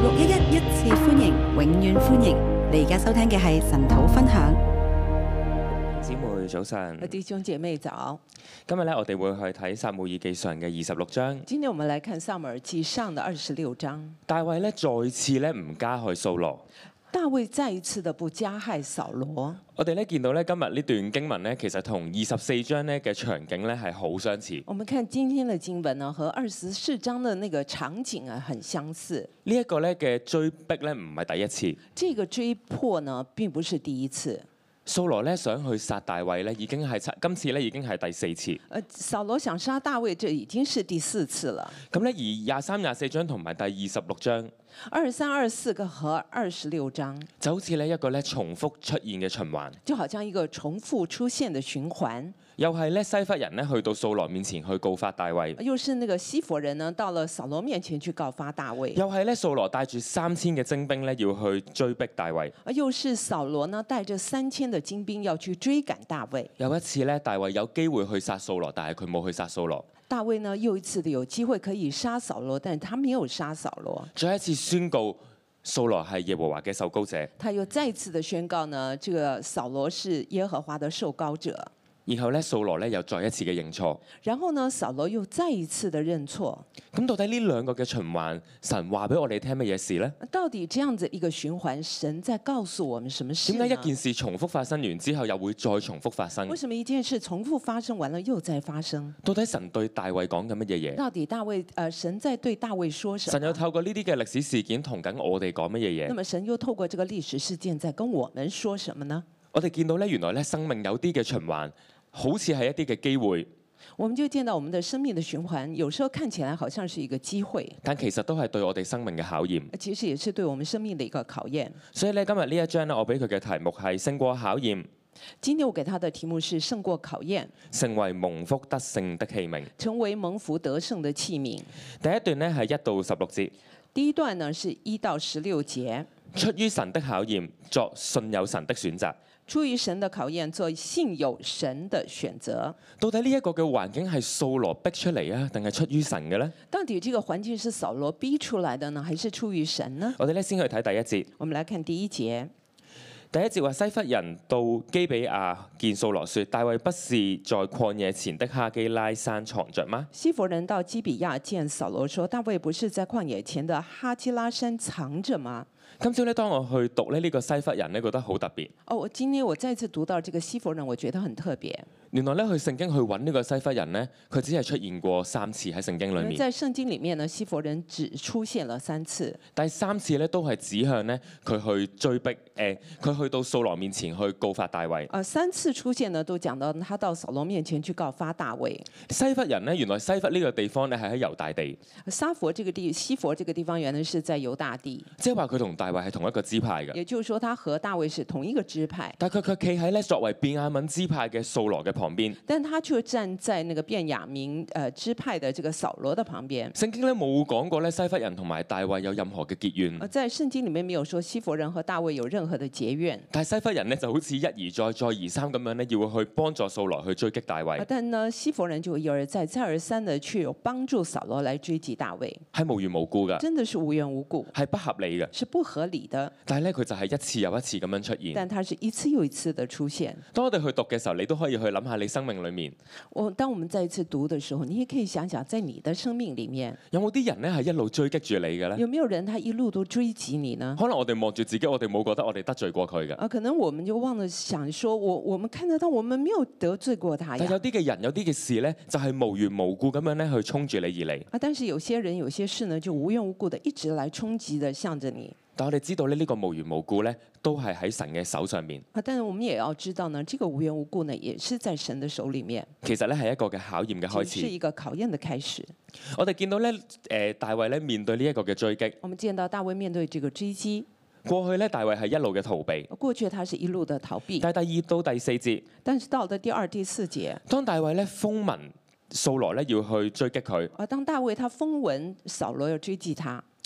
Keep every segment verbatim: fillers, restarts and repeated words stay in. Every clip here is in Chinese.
六一一一次歡迎，永遠歡迎！你而家收聽嘅係神土分享。 姊妹早晨， 弟兄姐妹早。 今日咧我哋會去睇撒母耳記上嘅二十六章。 今天我們來看撒母耳記上的二十六章。 大衛咧再次咧唔加害掃羅。 大衛再一次的不加害掃羅。 我哋咧見到咧今日呢段經文咧，其實同二十四章咧嘅場景咧係好相似。 我們看今天的經文呢，和二十四章的那個場景啊，很相似。 呢一個咧嘅追逼咧唔係第一次。 這個追迫呢，並不是第一次。 掃羅咧想去殺大衛咧，已經係今次咧已經係第四次。 誒，掃羅想殺大衛，這已經是第四次了。 咁咧而廿三、廿四章同埋第二十六章， 二三、二四個和二十六章就好似呢一個咧重複出現嘅循環， 就好像一個重複出現的循環。 又係咧西弗人咧去到掃羅面前去告發大衛， 又是那個西弗人呢，到了掃羅面前去告發大衛。 又係咧掃羅帶住三千嘅精兵咧要去追逼大衛， 又是掃羅呢帶着三千的精兵要去追趕大衛。 有一次咧大衛有機會去殺掃羅，但係佢冇去殺掃羅。 大衛呢又一次的有機會可以殺掃羅，但係他沒有殺掃羅。 再一次宣告掃羅係耶和華嘅受膏者， 他又再一次的宣告呢，這個掃羅是耶和華的受膏者。 然後咧掃羅咧又再一次嘅認錯， 然後呢掃羅又再一次的認錯。 咁到底呢兩個嘅循環，神話俾我哋聽乜嘢事呢？ 到底這樣子一個循環，神在告訴我們什麼事呢？ 點解一件事重複發生完之後又會再重複發生？ 為什麼一件事重複發生完了又再發生？ 到底神對大衛講緊乜嘢嘢？ 到底大衛，呃，神在對大衛說什麼？ 神又透過呢啲嘅歷史事件同緊我哋講乜嘢嘢？ 那麼神又透過這個歷史事件在跟我們說什麼呢？ 我哋見到咧，原來咧生命有啲嘅循環，好似係一啲嘅機會。 我們就見到我們的生命的循環，有時候看起來好像是一個機會， 但其實都係對我哋生命嘅考驗。 其實也是對我們生命的一個考驗。 所以咧，今日呢一章咧，我俾佢嘅題目係勝過考驗。 今天我給他的題目是勝過考驗， 成為蒙福得勝的器皿。 成為蒙福得勝的器皿。 第一段呢係一到十六節。 第一段呢是一到十六節。 出於神的考驗，作信有神的選擇。 出於神的考驗，做信有神的選擇。 到底呢一個嘅環境係掃羅逼出嚟啊，定係出於神嘅呢？ 到底這個環境是掃羅逼出來的呢，還是出於神呢？ 我哋咧先去睇第一節。 我們來看第一節。 第一節話西弗人到基比亞見掃羅說：大衛不是在曠野前的哈基拉山藏着嗎？ 西弗人到基比亞見掃羅說：大衛不是在曠野前的哈基拉山藏着嗎？ 今朝咧，當我去讀咧呢個西弗人咧，覺得好特別。 哦，我今天我再次讀到這個西弗人，我覺得很特別。 原來咧去聖經去揾呢個西弗人咧，佢只係出現過三次喺聖經裏面。 在聖經裡面呢，西弗人只出現了三次。 第三次咧都係指向咧佢去追逼，誒、呃、佢去到掃羅面前去告發大衛。 啊，三次出現呢，都講到他到掃羅面前去告發大衛。 西弗人呢，原來西弗呢個地方咧係喺猶大地。 沙弗這個地，西弗這個地方原來是在猶大地。 即係話佢同大衛係同一個支派嘅。 也就是說，他和大衛是同一個支派。 但佢卻企喺咧作為便雅憫支派嘅掃羅嘅旁邊。 但他卻站在那個便雅憫誒支派的這個掃羅的旁邊。 聖經咧冇講過咧西弗人同埋大衛有任何嘅結怨。 在聖經裡面沒有說西弗人和大衛有任何的結怨。 但係西弗人咧就好似一而再、再而三咁樣咧，要去幫助掃羅去追擊大衛。 但呢西弗人就一而再、再而三的去幫助掃羅來追擊大衛。 係無緣無故㗎。 真的是無緣無故。 係不合理嘅。 是不合理的。 但係咧佢就係一次又一次咁樣出現。 但他是一次又一次的出現。 當我哋去讀嘅時候，你都可以去諗下你生命裡面。 我當我們再一次讀的時候，你也可以想想，在你的生命裡面， 有冇啲人咧係一路追擊住你嘅咧？ 有沒有人他一路都追擊你呢？ 可能我哋望住自己，我哋冇覺得我哋得罪過佢嘅。 啊，可能我們就忘了想說，我我們看得到，我們沒有得罪過他呀。 但有啲嘅人，有啲嘅事咧，就係無緣無故咁樣咧去衝住你而嚟。 啊，但是有些人、有些事呢，就無緣無故的一直來衝擊的向着你。 但我哋知道咧，呢個無緣無故咧，都係喺神嘅手上面。 啊，但是我們也要知道呢，這個無緣無故呢，也是在神的手裡面。 其實咧係一個嘅考驗嘅開始。 是一個考驗的開始。 我哋見到咧，誒大衛咧面對呢一個嘅追擊。 我們見到大衛面對這個追擊。 過去咧，大衛係一路嘅逃避。 過去他是一路的逃避。 但係第二到第四節。 但是到了第二、第四節， 當大衛咧風聞掃羅咧要去追擊佢。 啊，當大衛他風聞掃羅要追擊他。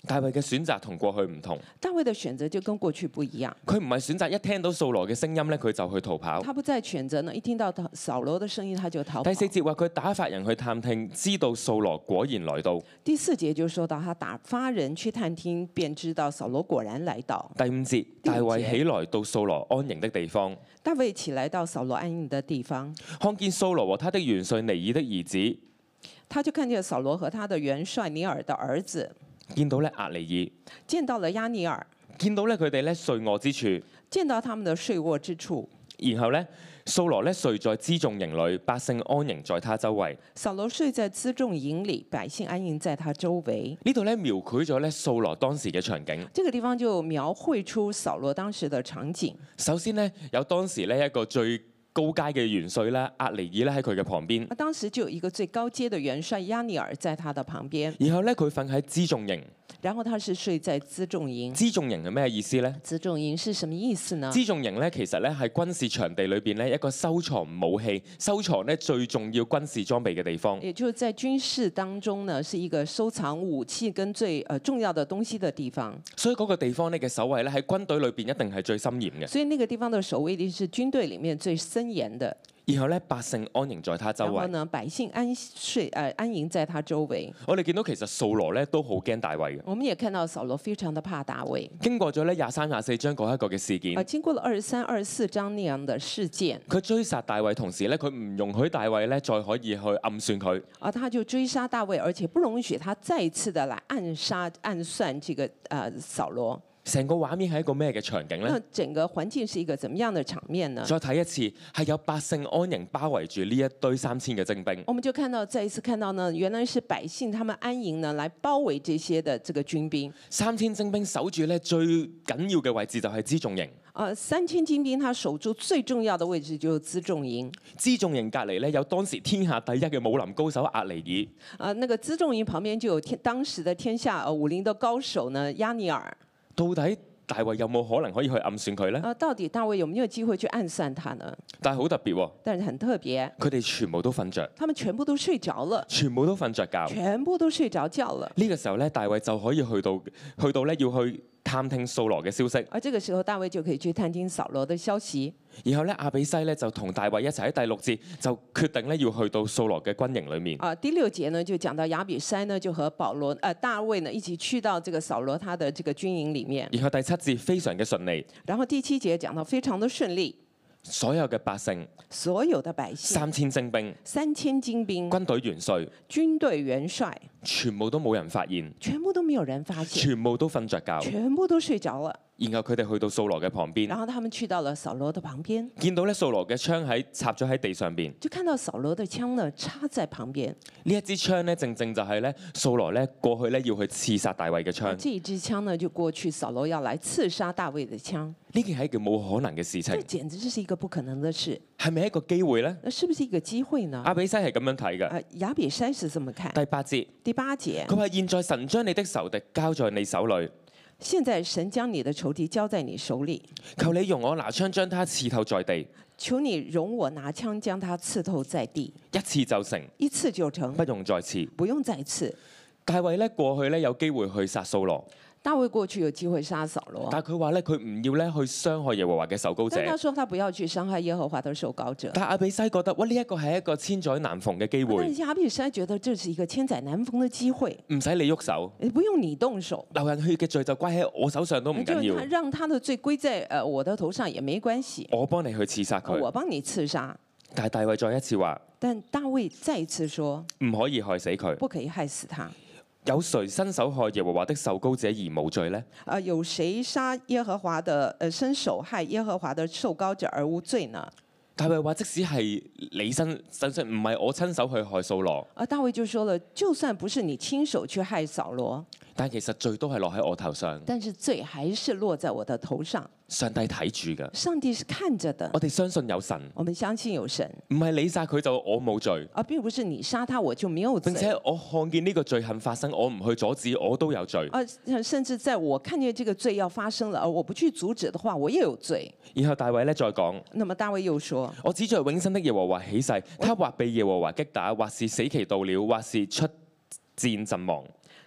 大衛嘅選擇同過去唔同， 大衛的選擇就跟過去不一樣。 佢唔係選擇一聽到掃羅嘅聲音咧，佢就去逃跑。 他不再選擇呢，一聽到掃羅的聲音他就逃跑。 第四節話佢打發人去探聽，知道掃羅果然來到。 第四節就說到他打發人去探聽，便知道掃羅果然來到。 第五節，大衛起來到掃羅安營的地方。 大衛起來到掃羅安營的地方， 看見掃羅和他的元帥尼爾的兒子， 他就看見掃羅和他的元帥尼爾的兒子。 見到咧押尼珥， 見到了押尼珥， 見到咧佢哋咧睡臥之處， 見到他們的睡臥之處。 然後咧掃羅咧睡在輜重營裏，百姓安營在他周圍。 掃羅睡在輜重營裏，百姓安營在他周圍。 呢度咧描繪咗咧掃羅當時嘅場景。 這個地方就描繪出掃羅當時的場景。 首先呢，有當時咧一個最高階嘅元帥啦，押尼珥咧喺佢嘅旁邊。 當時就有一個最高階的元帥押尼珥在他的旁邊。 然後咧佢瞓喺輜重營。 然後他是睡在輜重營。 輜重營係咩意思呢？ 輜重營是什麼意思呢？ 輜重營咧其實咧係軍事場地裏邊咧一個收藏武器、收藏咧最重要軍事裝備嘅地方。 也就是在軍事當中呢，是一個收藏武器跟最誒重要的東西的地方。 所以嗰個地方咧嘅守衛咧喺軍隊裏邊一定係最森嚴嘅。 所以那個地方的守衛一定是軍隊裡面最森嚴的。 然後咧，百姓安營在他周圍。 然後呢，百姓安睡誒、呃、安營在他周圍。 我哋見到其實掃羅咧都好驚大衛嘅。 我們也看到掃羅非常的怕大衛。 經過咗咧廿三廿四章嗰一個嘅事件。 啊，經過了二十三、二十四章那樣的事件。 佢追殺大衛，同時咧佢唔容許大衛咧再可以去暗算佢。 啊，他就追殺大衛，而且不容許他再次的來暗殺、暗算這個啊掃羅。 成個畫面係一個咩嘅場景呢？ 那整個環境是一個怎麼樣的場面呢？ 再睇一次，係有百姓安營包圍住呢一堆三千嘅精兵。 我們就看到再一次看到呢，原來是百姓他們安營呢，來包圍這些的這個軍兵。 三千精兵守住咧最緊要嘅位置就係輜重營。 啊，三千精兵，他守住最重要的位置就是輜重營。 輜重營隔離咧有當時天下第一嘅武林高手押尼珥。 啊，那個輜重營旁邊就有天當時的天下武林的高手呢，押尼珥。 到底大衛有冇可能可以去暗算佢呢？ 啊，到底大衛有沒有機會去暗算他呢？ 但係好特別喎， 但是很特別， 佢哋全部都瞓着， 他們全部都睡着了， 全部都瞓着覺， 全部都睡着覺了。 呢個時候咧，大衛就可以去到去到咧要去探聽掃羅嘅消息。 而這個時候，大衛就可以去探聽掃羅的消息。 然後咧，亞比篩咧就同大衛一齊喺第六節就決定咧要去到掃羅嘅軍營裏面。 啊，第六節呢就講到亞比篩呢就和保羅、呃大衛呢一起去到這個掃羅他的這個軍營裡面。 然後第七節非常嘅順利。 然後第七節講到非常的順利。 所有嘅百姓， 所有的百姓， 三千精兵， 三千精兵， 軍隊元帥， 軍隊元帥， 全部都冇人發現， 全部都沒有人發現， 全部都瞓着覺， 全部都睡着了。 然後佢哋去到掃羅嘅旁邊， 然後他們去到了掃羅的旁邊， 見到咧掃羅嘅槍喺插咗喺地上邊， 就看到掃羅的槍呢插在旁邊。 呢一支槍咧，正正就係咧掃羅咧過去咧要去刺殺大衛嘅槍。 這一支槍呢就過去掃羅要來刺殺大衛的槍。 呢件係一件冇可能嘅事情， 這簡直就是一個不可能的事。 係咪一個機會呢？ 那是不是一個機會呢？ 亞比篩係咁樣睇嘅。 啊，亞比篩是這麼看。 第八節， 第八節， 佢話現在神將你的仇敵交在你手裏， 現在神將你的仇敵交在你手裏， 求你容我拿槍將他刺透在地， 求你容我拿槍將他刺透在地， 一次就成， 一次就成， 不用再刺。 不用再刺。 大衛咧過去咧有機會去殺掃羅。 大衛過去有機會殺掃羅， 但係佢話咧，佢唔要咧去傷害耶和華嘅受膏者。 但他說他不要去傷害耶和華的受膏者。 但係亞比篩覺得，哇！呢一個係一個千載難逢嘅機會。 但是亞比篩覺得這是一個千載難逢的機會， 唔使你喐手， 誒，不用你動手， 流人血嘅罪就歸喺我手上都唔緊就要。 讓他的罪歸在誒我的頭上也沒關係， 我幫你去刺殺佢。 我幫你刺殺。 但係大衛再一次話， 但大衛再一次說， 唔可以害死佢。 不可以害死他。 有誰伸手害耶和華的受膏者而無罪呢？ 啊，有誰殺耶和華的，誒，伸手害耶和華的受膏者而無罪呢？ 大衛話：即使係你親，甚至唔係我親手去害掃羅。 啊，大衛就說了，就算不是你親手去害掃羅， 但其實罪都係落喺我頭上。 但是罪還是落在我的頭上。 上帝睇住㗎。 上帝是看着的。 我哋相信有神。 我們相信有神。 唔係你殺佢就我冇罪。 而並不是你殺他我就沒有罪。 並且我看見呢個罪行發生，我唔去阻止，我都有罪。 啊，甚至在我看見這個罪要發生了，而我不去阻止的話，我也有罪。 然後大衛咧再講。那麼大衛又說： 我指着永生的耶和華起誓，他或被耶和華擊打，或是死期到了，或是出戰陣亡。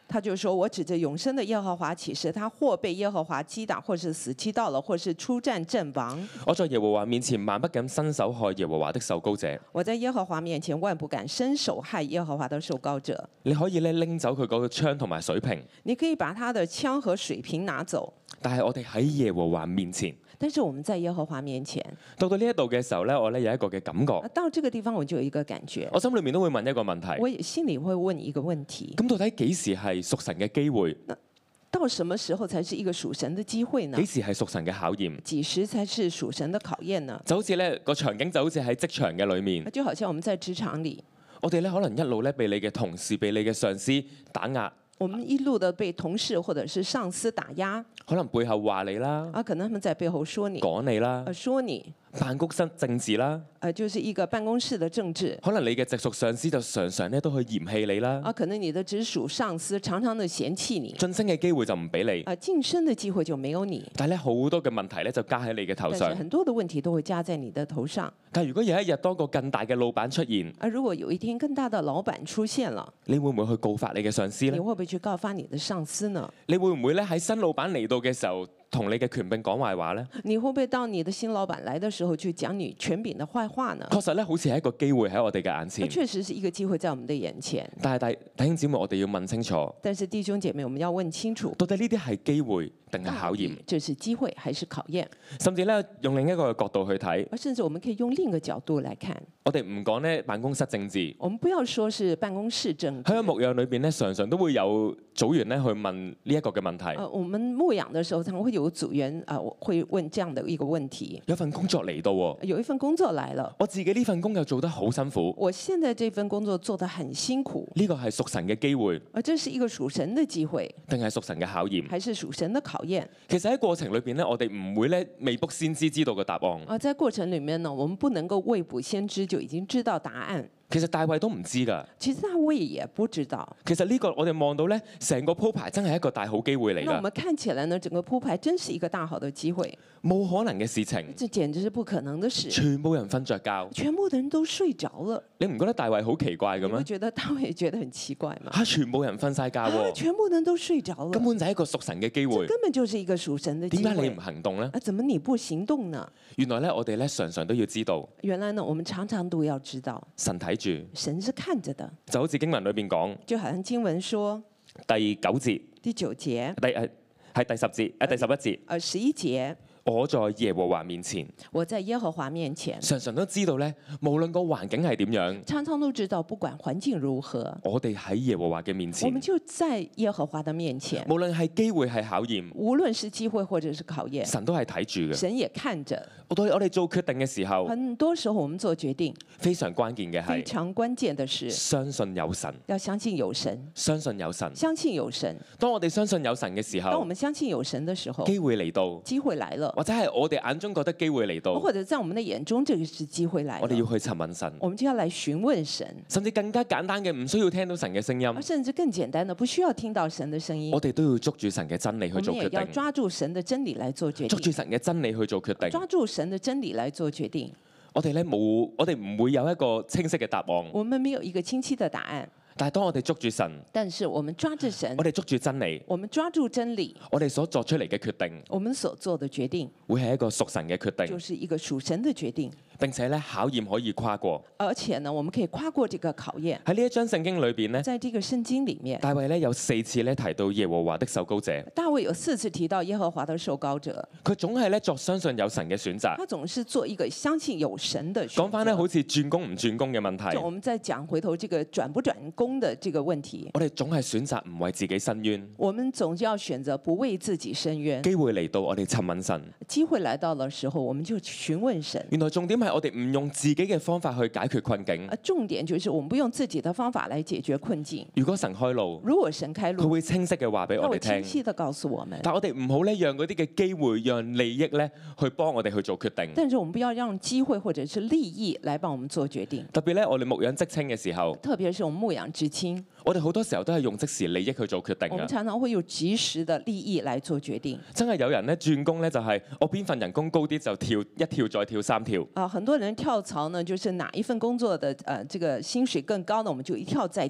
他就說：我指着永生的耶和華起誓，他或被耶和華擊打，或是死期到了，或是出戰陣亡。 我在耶和華面前萬不敢伸手害耶和華的受膏者。 我在耶和華面前萬不敢伸手害耶和華的受膏者。 你可以咧拎走佢嗰個槍同埋水瓶， 你可以把他的槍和水瓶拿走， 但係我哋喺耶和華面前。 但是我們在耶和華面前， 到到呢一度嘅時候咧，我咧有一個嘅感覺。 啊到這個地方我就有一個感覺， 我心裏面都會問一個問題。 我也心裡會問一個問題： 咁到底幾時係屬神嘅機會？ 到什麼時候才是一個屬神的機會呢幾？時係屬神嘅考驗？ 幾時才是屬神的考驗呢？ 就好似咧個場景就好似喺職場嘅裏面， 就好像我們在職場裡， 我哋咧可能一路咧被你嘅同事、被你嘅上司打壓， 我們一路的被同事或者是上司打壓， 可能背後話你啦、 啊，可能他們在背後說你， 講你啦呃，、說你， 辦公室政治啦， 呃，就是一個辦公室的政治， 可能你嘅直屬上司就常常咧都去嫌棄你啦， 啊，可能你的直屬上司常常的嫌棄你， 晉升嘅機會就唔俾你， 啊，晉升的機會就沒有你， 但係咧好多嘅問題咧就加喺你嘅頭但是上。 很多的問題都會加在你的頭上， 但係如果有一日當個更大嘅老闆出現， 而如果有一天更大的老闆出現了， 你會唔會去告發你嘅上司呢？ 你會不會去告發你的上司呢？ 你會唔會咧喺新老闆嚟到嘅時候同你嘅權柄講壞話呢？ 你會不會到你的新老闆來的時候去講你權柄的壞話呢？ 確實咧，好似係一個機會喺我哋嘅眼啊前。 確實是一個機會在我們的眼前， 但係弟弟兄姊妹，我哋要問清楚， 但是弟兄姐妹，我們要問清楚， 到底呢啲係機會定係考驗？ 這是機會還是考驗？ 甚至咧，用另一個角度去睇， 而甚至我們可以用另一個角度來看， 我哋唔講咧辦公室政治。 我們不要說是辦公室政治喺個牧養裏邊咧，常常都會有組員咧去問呢一個嘅問題。 呃，我們牧養的時候，常會有組員啊、呃，會問這樣的一個問題： 有份工作嚟到喎， 有一份工作來了， 我自己呢份工又做得好辛苦， 我現在這份工作做得很辛苦， 呢個係屬神嘅機會， 而這是一個屬神的機會， 定係屬神嘅考驗？ 還是屬神的考驗？ 其實喺過程裏邊咧，我哋唔會咧未卜先知知道個答案。 而在過程裡面呢，我們不能夠未卜先知就已經知道答案。 其實大衛都唔知㗎。 其實大衛也不知道。 其實呢個我哋望到咧，成個鋪排真係一個大好機會嚟㗎。 那我們看起來呢，整個鋪排真是一個大好的機會。 冇可能嘅事情， 這簡直是不可能的事。 全部人瞓着覺。 全部的人都睡着了。 你唔覺得大衛好奇怪嘅咩？ 你會覺得大衛也覺得很奇怪嗎？ 嚇，全部人瞓晒覺啊， 喎， 全部人都睡着了。 根本就係一個屬神嘅機會。 這根本就是一個屬神的機會。 點解你唔行動呢？ 啊，怎麼你不行動呢？ 原來咧，我哋咧常常都要知道， 原來呢，我們常常都要知道， 神睇住， 神是看着的。 就好似經文裏邊講就好像經文說第九節， 第九節， 第係係第十節，啊第十一節， 呃十一節， 我在耶和華面前， 我在耶和華面前， 常常都知道咧，無論個環境係點樣， 常常都知道，不管環境如何， 我哋喺耶和華嘅面前我們，就在耶和華的面前， 無論係機會係考驗， 無論是機會或者是考驗， 神都係睇住嘅。 神也看着。 我對我哋做決定嘅時候， 很多時候我們做決定， 非常關鍵嘅非係常關鍵的是相信有神， 要相信有神， 相信有神。 相信有神。 當我哋相信有神嘅時當我候， 們相信有神的時候， 機會嚟到， 機會來了， 或者係我哋眼中覺得機會嚟到， 或者在我們的眼中，這個是機會來了， 我哋要去尋問神， 我們就要來詢問神， 甚至更加簡單嘅，唔需要聽到神嘅聲音， 而甚至更簡單的，不需要聽到神的聲音， 我哋都要捉住神嘅真理去我們也要做決定， 抓住神的真理來做決捉住定， 神嘅真理去做決定。 抓住神的真理來做決定。 我哋咧冇，我哋唔會有一個清晰嘅答案。 我們沒有一個清晰的答案， 但係當我哋捉住神， 但是我們抓住神我，哋捉住真理， 我們抓住真理， 我哋所作出嚟嘅決定， 我們所做的決定會係一個屬神嘅決定， 就是一個屬神的決定， 並且咧考驗可以跨過。 而且呢，我們可以跨過這個考驗。 喺呢一章聖經裏邊咧， 在這個聖經裡面， 大衛咧有四次咧提到耶和華的受膏者， 大衛有四次提到耶和華的受膏者， 佢總係咧作相信有神嘅選擇。 他總是做一個相信有神的選擇。 講翻咧，好似轉工唔轉工嘅問題就，我們再講回頭這個轉不轉工的這個問題， 我哋總係選擇唔為自己申冤。 我們總是要選擇不為自己申冤。 機會嚟到，我哋尋問神。 機會來到的時候，我們就詢問神。 原來重點係我哋唔用自己嘅方法去解決困境。 啊，重點就是我們不用自己的方法來解決困境。 如果神開路， 如果神開路， 佢會清晰嘅話俾他會我哋聽。 清晰的告訴我們。 但我哋唔好咧，讓嗰啲嘅機會，讓利益咧，去幫我哋去做決定。 但是我們不要讓機會或者是利益來幫我們做決定。 特別咧，我哋牧養職青嘅時候， 特別是我們牧養至親， 我哋好多時候都係用即時利益去做決定我們嘅。 常常會有及時的利益來做決定。 真係有人咧轉工咧，就係我邊份人工高啲就跳一跳再跳三跳。 啊，很多人跳槽呢，就是哪一份工作的呃這個薪水更高呢，我們就一跳再跳。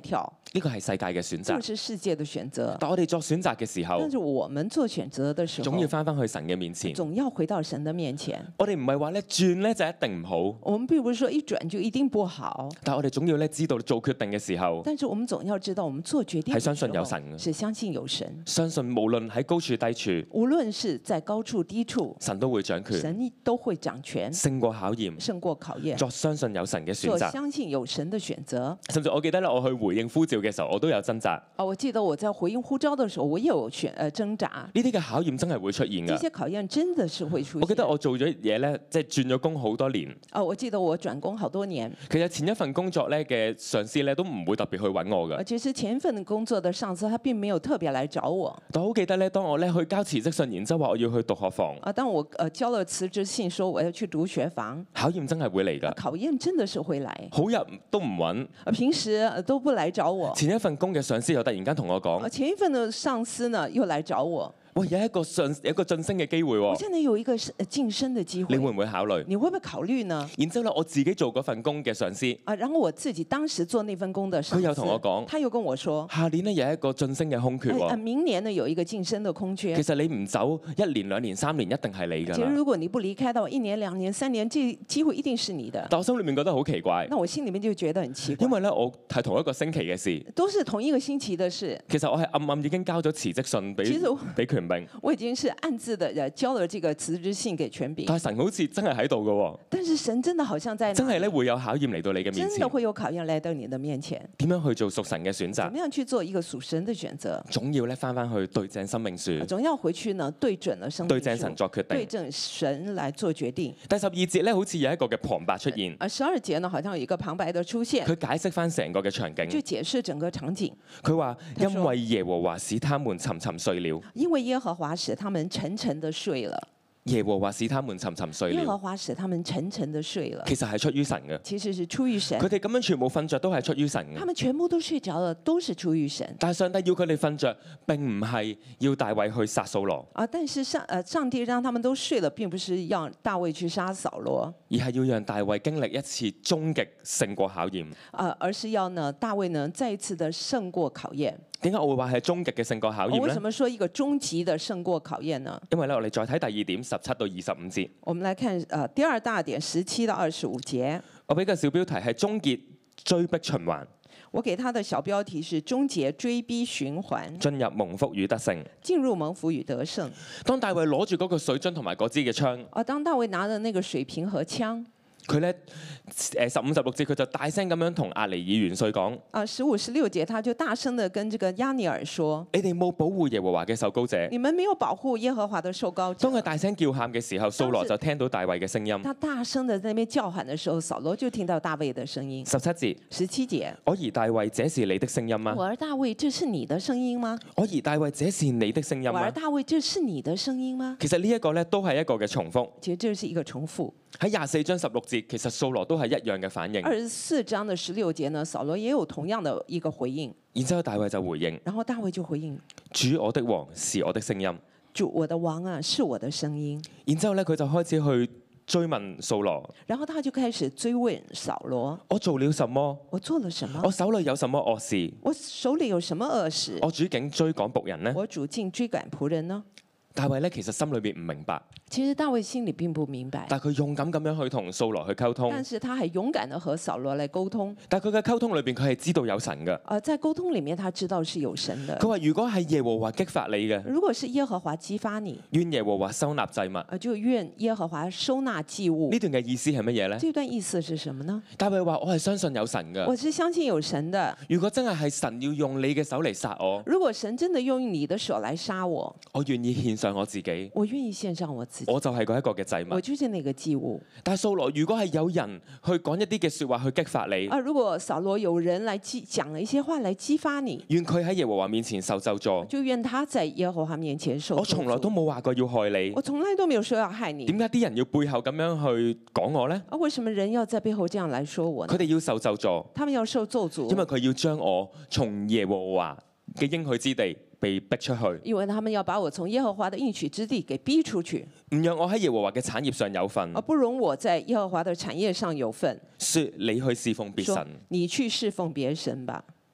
呢個係世界嘅選擇。 這是世界的選擇。 但我哋作選擇嘅時候但，是我們做選擇的時候， 總要翻返去神嘅面前。 總要回到神的面前。 我哋唔係話咧轉咧就一定唔好， 我們並不是說一轉就一定不好， 但係我哋總要咧知道做決定嘅時候， 但是我們總要知道，我們做決定係相信有神嘅， 是相信有神， 相信無論喺高處低處， 無論是在高處低處， 神都會掌權， 神都會掌權， 勝過考驗， 勝過考驗， 作相信有神嘅選做擇。 相信有神的選擇。 甚至我記得咧，我去回應呼召嘅時候，我都有掙扎。 啊，我記得我在回應呼召的時候，我也有選呃掙扎。 呢啲嘅考驗真係會出現㗎。 這些考驗真的是會出現。 我記得我做咗嘢咧，即係轉咗工好多年。 啊，我記得我轉工好多年。 其實前一份工作咧嘅上司咧都唔會特別去揾我㗎。 其實前一份工作的上司，他並沒有特別來找我。 但我好記得咧，當我咧去交辭職信，然之後話我要去讀學房。 啊，當我呃交了辭職信，說我要去讀學房， 考驗真係會嚟㗎。 考驗真的是會來。 好日都唔揾。 啊，平時呃都不來找我。 前一份工嘅上司又突然間同我講。 前一份的上司呢，又來找我。 喂，有一個上有一個晉升嘅機會喎。 我現在有一個晉升的機會。 你會唔會考慮？ 你會不會考慮呢？ 然之後咧，我自己做嗰份工嘅上司。 啊，然後我自己當時做那份工的上司。 佢又同我講。 他又跟我說。 下年呢有一個晉升嘅空缺喎。 啊，明年呢有一個晉升的空缺。 其實你唔走一年兩年三年，一定係你㗎啦。 其實如果你不離開到一年兩年三年，這機會一定是你的。 但我心裏面覺得好奇怪。 那我心裡面就覺得很奇怪。 因為咧，我係同一個星期嘅事。 都是同一個星期的事。 其實我係暗暗已經交咗辭職信俾俾權柄。 我已經是暗自的交了這個辭職信給權柄。 但係神好似真係喺度嘅喎。 但是神真的好像在。 真係咧會有考驗嚟到你嘅面前。 真的會有考驗來到你的面前。 點樣去做屬神嘅選擇？ 點樣去做一個屬神的選擇？ 總要咧翻翻去對正生命樹。 總要回去呢對準了生命樹。 對正神作決定。 對正神來做決定。 第十二節咧好似有一個嘅旁白出現。 啊，十二節呢好像有一個旁白的出現。 佢解釋翻成個嘅場景。 就解釋整個場景。 佢話因為耶和華使他們沉沉睡了。 因為耶和華使他們沉沉的睡了。 耶和華使他們沉沉睡了。 耶和華使他們沉沉的睡了。 其實係出於神嘅。 其實是出於神。 佢哋咁樣全部瞓着都係出於神嘅。 他們全部都睡着了，都是出於神。 但係上帝要佢哋瞓着，並唔係要大衛去殺掃羅。 啊，但是上呃上帝讓他們都睡了，並不是要大衛去殺掃羅， 而係要讓大衛經歷一次終極勝過考驗。 啊，而是要呢大衛呢再一次的勝過考驗。 點解我會話係終極嘅勝過考驗咧？ 我為什麼說一個終極的勝過考驗呢？ 因為咧，我哋再睇第二點，十七到二十五節。 我們來看呃第二大點，十七到二十五節。 我俾個小標題係終結追逼循環。 我給他的小標題是終結追逼循環。 進入蒙福與得勝。 進入蒙福與得勝。 當大衛攞住嗰個水樽同埋嗰支嘅槍。 啊，當大衛拿着那個水瓶和槍。 佢咧誒十五十六節佢就大聲咁樣同亞尼爾元帥講。 啊，十五十六節他就大聲地跟這個亞尼爾說： 你哋冇保護耶和華嘅受膏者。 你們沒有保護耶和華的受膏者。 當佢大聲叫喊嘅時候，掃羅就聽到大衛嘅聲音。 他大聲地在那邊叫喊的時候，掃羅就聽到大衛的聲音。 十七節。 十七節。 我兒大衛，這是你的聲音嗎？ 我兒大衛，這是你的聲音嗎？ 我兒大衛，這是你的聲音嗎？ 我兒大衛，這是你的聲音嗎？ 其實呢一個咧都係一個嘅重複。 其實這是一個重複。 喺廿四章十六節，其實掃羅都係一樣嘅反應。 二十四章的十六節呢，掃羅也有同樣的一個回應。 然之後大衛就回應。 然後大衛就回應： 主我的王是我的聲音。 主我的王啊，是我的聲音。 然之後咧，佢就開始去追問掃羅。 然後他就開始追問掃羅： 我做了什麼？ 我做了什麼？ 我手裏有什麼惡事？ 我手裏有什麼惡事？ 我主竟追趕僕人呢？ 我主竟追趕僕人呢？ 大衛咧其實心裏邊唔明白。 其實大衛心裡並不明白， 但佢勇敢咁樣去同掃羅去溝通。 但是他還勇敢地和掃羅來溝通。 但佢嘅溝通裏邊，佢係知道有神嘅。 啊，在溝通裡面，他知道是有神的。 佢話：如果係耶和華激發你嘅， 如果是耶和華激發你， 願耶和華收納祭物。 啊，就願耶和華收納祭物。 呢段嘅意思係乜嘢咧？ 這段意思是什麼呢？ 大衛話：我係相信有神嘅。 我是相信有神的。 如果真係係神要用你嘅手嚟殺我， 如果神真的用你的手來殺我， 我願意獻上我自己。 我願意獻上我自己。 我就係嗰一個嘅祭物。 我就是那個祭物。 但係掃羅，如果係有人去講一啲嘅説話去激發你， 啊，如果掃羅有人來激講了一些話來激發你， 願佢喺耶和華面前受咒詛。 就願他在耶和華面前受咒詛。 我從來都冇話過要害你。 我從來都沒有說要害你。 點解啲人要背後咁樣去講我呢？ 啊，為什麼人要在背後這樣來說我呢？ 佢哋要受咒詛。 他們要受咒詛。 因為佢要將我從耶和華嘅應許之地被逼出去。 因為他們要把我從耶和華的應許之地給逼出去。 唔讓我喺耶和華嘅產業上有份。 而不容我在耶和華的產業上有份。 說你去侍奉別神。 你去侍奉別神吧。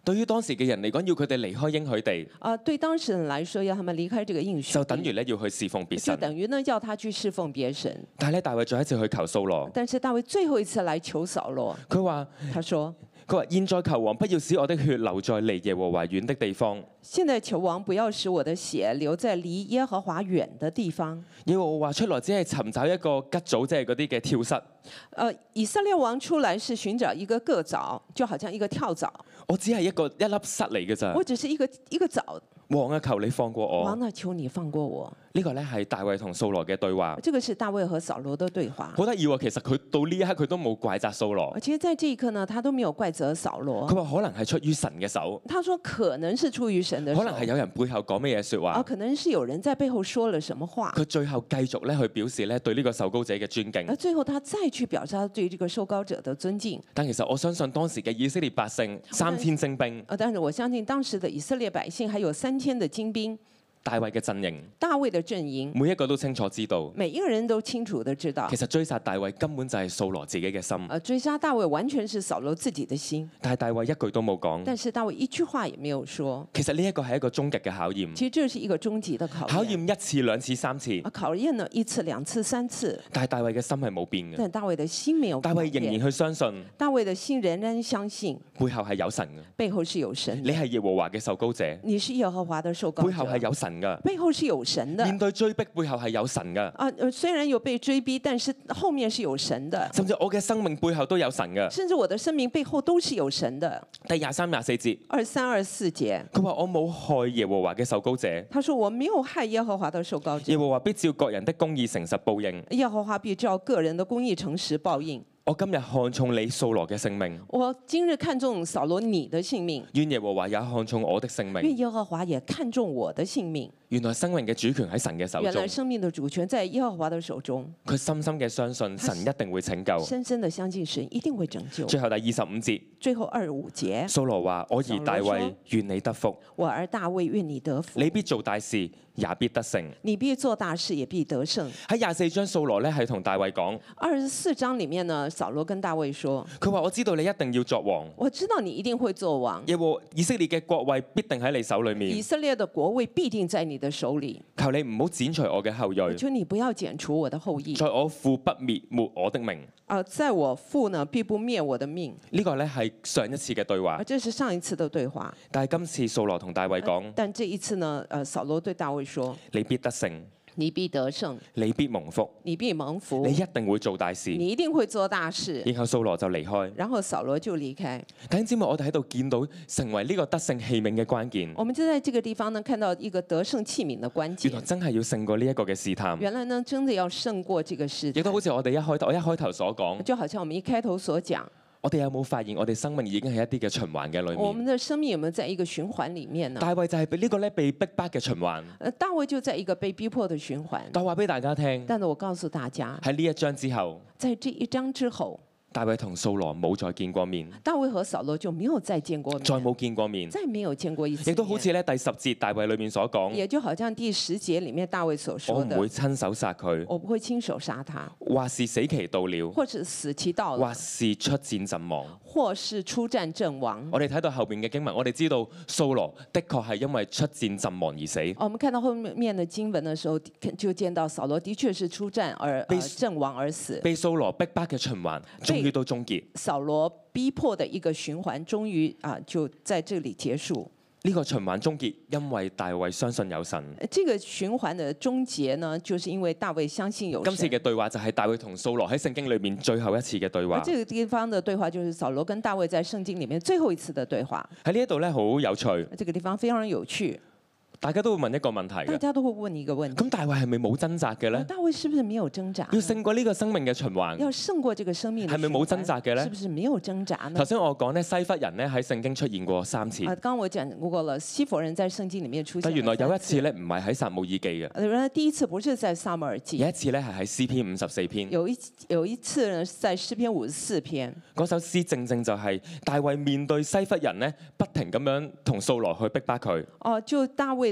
對於當時嘅人嚟講，要佢哋離開應許地， 啊，對當事人來說，要他們離開這個應許地， 就等於咧要去侍奉別就神。 等於呢要他去侍奉別神。 但係咧，大衛再一次去求掃羅， 但是大衛最後一次來求掃羅， 佢話他說： 佢話現在求王不要使我的血流在離耶和華遠的地方。 現在求王不要使我的血流在離耶和華遠的地方。 耶和華出來只係尋找一個吉組，即係嗰啲嘅跳蚤。 呃，以色列王出來是尋找一個個蚤，就好像一個跳蚤。 我只係一個一粒虱嚟嘅咋。 我只是一個一個蚤。 王啊，求你放過我。 王啊，求你放過我。 呢個咧係大衛同掃羅嘅對話。 這個是大衛和掃羅的對話。 好得意喎，其實佢到呢一刻佢都冇怪責掃羅。 其實在這一刻呢，他都沒有怪責掃羅。 佢話可能係出於神嘅手。 他說可能是出於神的手。 可能係有人背後講乜嘢説話。 啊，可能是有人在背後說了什麼話。 佢最後繼續咧去表示咧對呢個受膏者嘅尊敬。 而最後他再去表示他對這個受膏者的尊敬。 但其實我相信當時嘅以色列百姓三千精兵。 啊，但是我相信當時的以色列百姓還有三千的精兵。 大衛嘅陣營， 大衛的陣營， 每一個都清楚知道， 每一個人都清楚的知道， 其實追殺大衛根本就係掃羅自己嘅心。 呃，追殺大衛完全是掃羅自己的心， 但係大衛一句都冇講。 但是大衛一句話也沒有說。 其實呢一個係一個終極嘅考驗。 其實這是一個終極的考驗。 考驗一次、兩次、三次。 啊，考驗了一次、兩次、三次。 但係大衛嘅心係冇變嘅。 但大衛的心沒有變。 大衛仍然去相信。 大衛的心仍然相信。 背後係有神嘅。 背後是有神。 你係耶和華嘅受膏者。 你是耶和華的受膏者。 背後係有神嘅。 背後是有。有神的， 面對追逼背後係有神嘅。 啊，雖然有被追逼，但是後面是有神的。 甚至我嘅生命背後都有神嘅。 甚至我的生命背後都是有神的。 第廿三、廿四節。 二三二四節。 佢話我冇害耶和華嘅受膏者。 他說我沒有害耶和華的受膏者。 耶和華必照各人的公義誠實報應。 耶和華必照個人的公義誠實報應。 我今日看重你掃羅嘅性命。 我今日看重掃羅你的性命。 願耶和華也看重我的性命。 願耶和華也看重我的性命。 原來生命嘅主權喺神嘅手中。 原來生命的主權在耶和華的手中。 佢深深嘅相信神一定會拯救。 深深的相信神一定會拯救。 最後第二十五節。 最後二五節。 掃羅話：我兒大衛，願你得福。 我兒大衛，願你得福。 你必做大事，也必得勝。 你必做大事，也必得勝。 喺廿四章，掃羅咧係同大衛講。 二十四章裡面呢，掃羅跟大衛說： 佢話我知道你一定要作王。 我知道你一定會作王。 耶和以色列嘅國位必定喺你手裡面。 以色列的國位必定在你的手裡。 求你唔好剪除我嘅後裔。 求你不要剪除我的後裔。 在我父不滅沒我的命。 啊，在我父呢必不滅我的命。 呢個咧係上一次嘅對話。 啊，這是上一次的對話。 但係今次掃羅同大衛講。 但這一次呢，呃，掃羅對大衛說： 你必得勝。 你必得勝， 你必蒙福， 你必蒙福， 你一定會做大事， 你一定會做大事。 然後掃羅就離開， 然後掃羅就離開。 弟兄姊妹，我哋喺度見到成為呢個得勝器皿嘅關鍵。 我們就在這個地方呢，看到一個得勝器皿的關鍵。 原來真係要勝過呢一個嘅試探。 原來呢，真的要勝過這個試探。 亦都好似我哋一開頭，我一開頭所講， 就好像我們一開頭所講。 我哋有冇發現我哋生命已經係一啲嘅循環嘅裏面？ 我們的生命有沒有在一個循環裡面呢？ 大衛就係呢個咧被逼迫嘅循環。 大衛就在一個被逼迫的循環。 但話俾大家聽， 但係我告訴大家， 喺呢一章之後， 在這一章之後。 大衛同掃羅冇再見過面， 大衛和掃羅就沒有再見過面， 再冇見過面， 再沒有見過一次。 亦都好似咧第十節大衛裏面所講， 也就好像第十節裡面大衛所說的， 我唔會親手殺佢， 我不會親手殺他， 或是死期到了， 或者死期到了， 或是出戰陣亡， 或是出戰陣亡。 我哋睇到後邊嘅經文，我哋知道掃羅的確係因為出戰陣亡而死。 我們看到後面的經文的時候，就見到掃羅的確是出戰而呃陣亡而死， 被掃羅逼迫嘅循環終於都終結。 掃羅逼迫的一個循環，終於啊就在這裡結束。 呢個循環終結，因為大衛相信有神。 這個循環的終結呢，就是因為大衛相信有神。 今次嘅對話就係大衛同掃羅喺聖經裏面最後一次嘅對話。 這個地方的對話就是掃羅跟大衛在聖經裡面最後一次的對話。 喺呢一度咧，好有趣。 這個地方非常有趣。 大家都會問一個問題嘅， 大家都會問一個問題。 咁大衛係咪冇掙扎嘅咧？ 大衛是不是沒有掙扎？ 要勝過呢個生命嘅循環， 要勝過這個生命，係咪冇掙扎嘅咧？ 是不是沒有掙扎呢？ 頭先我講咧，西弗人咧喺聖經出現過三次。 啊，剛剛我講過了，西弗人在聖經裡面出現。 但原來有一次咧，唔係喺撒母耳記嘅。 原來第一次不是在撒母耳記。 有一次咧係喺詩篇五十四篇。 有一有一次呢，在詩篇五十四篇。 嗰首詩正正就係大衛面對西弗人咧，不停咁樣同掃羅去逼迫佢。 哦，就大衛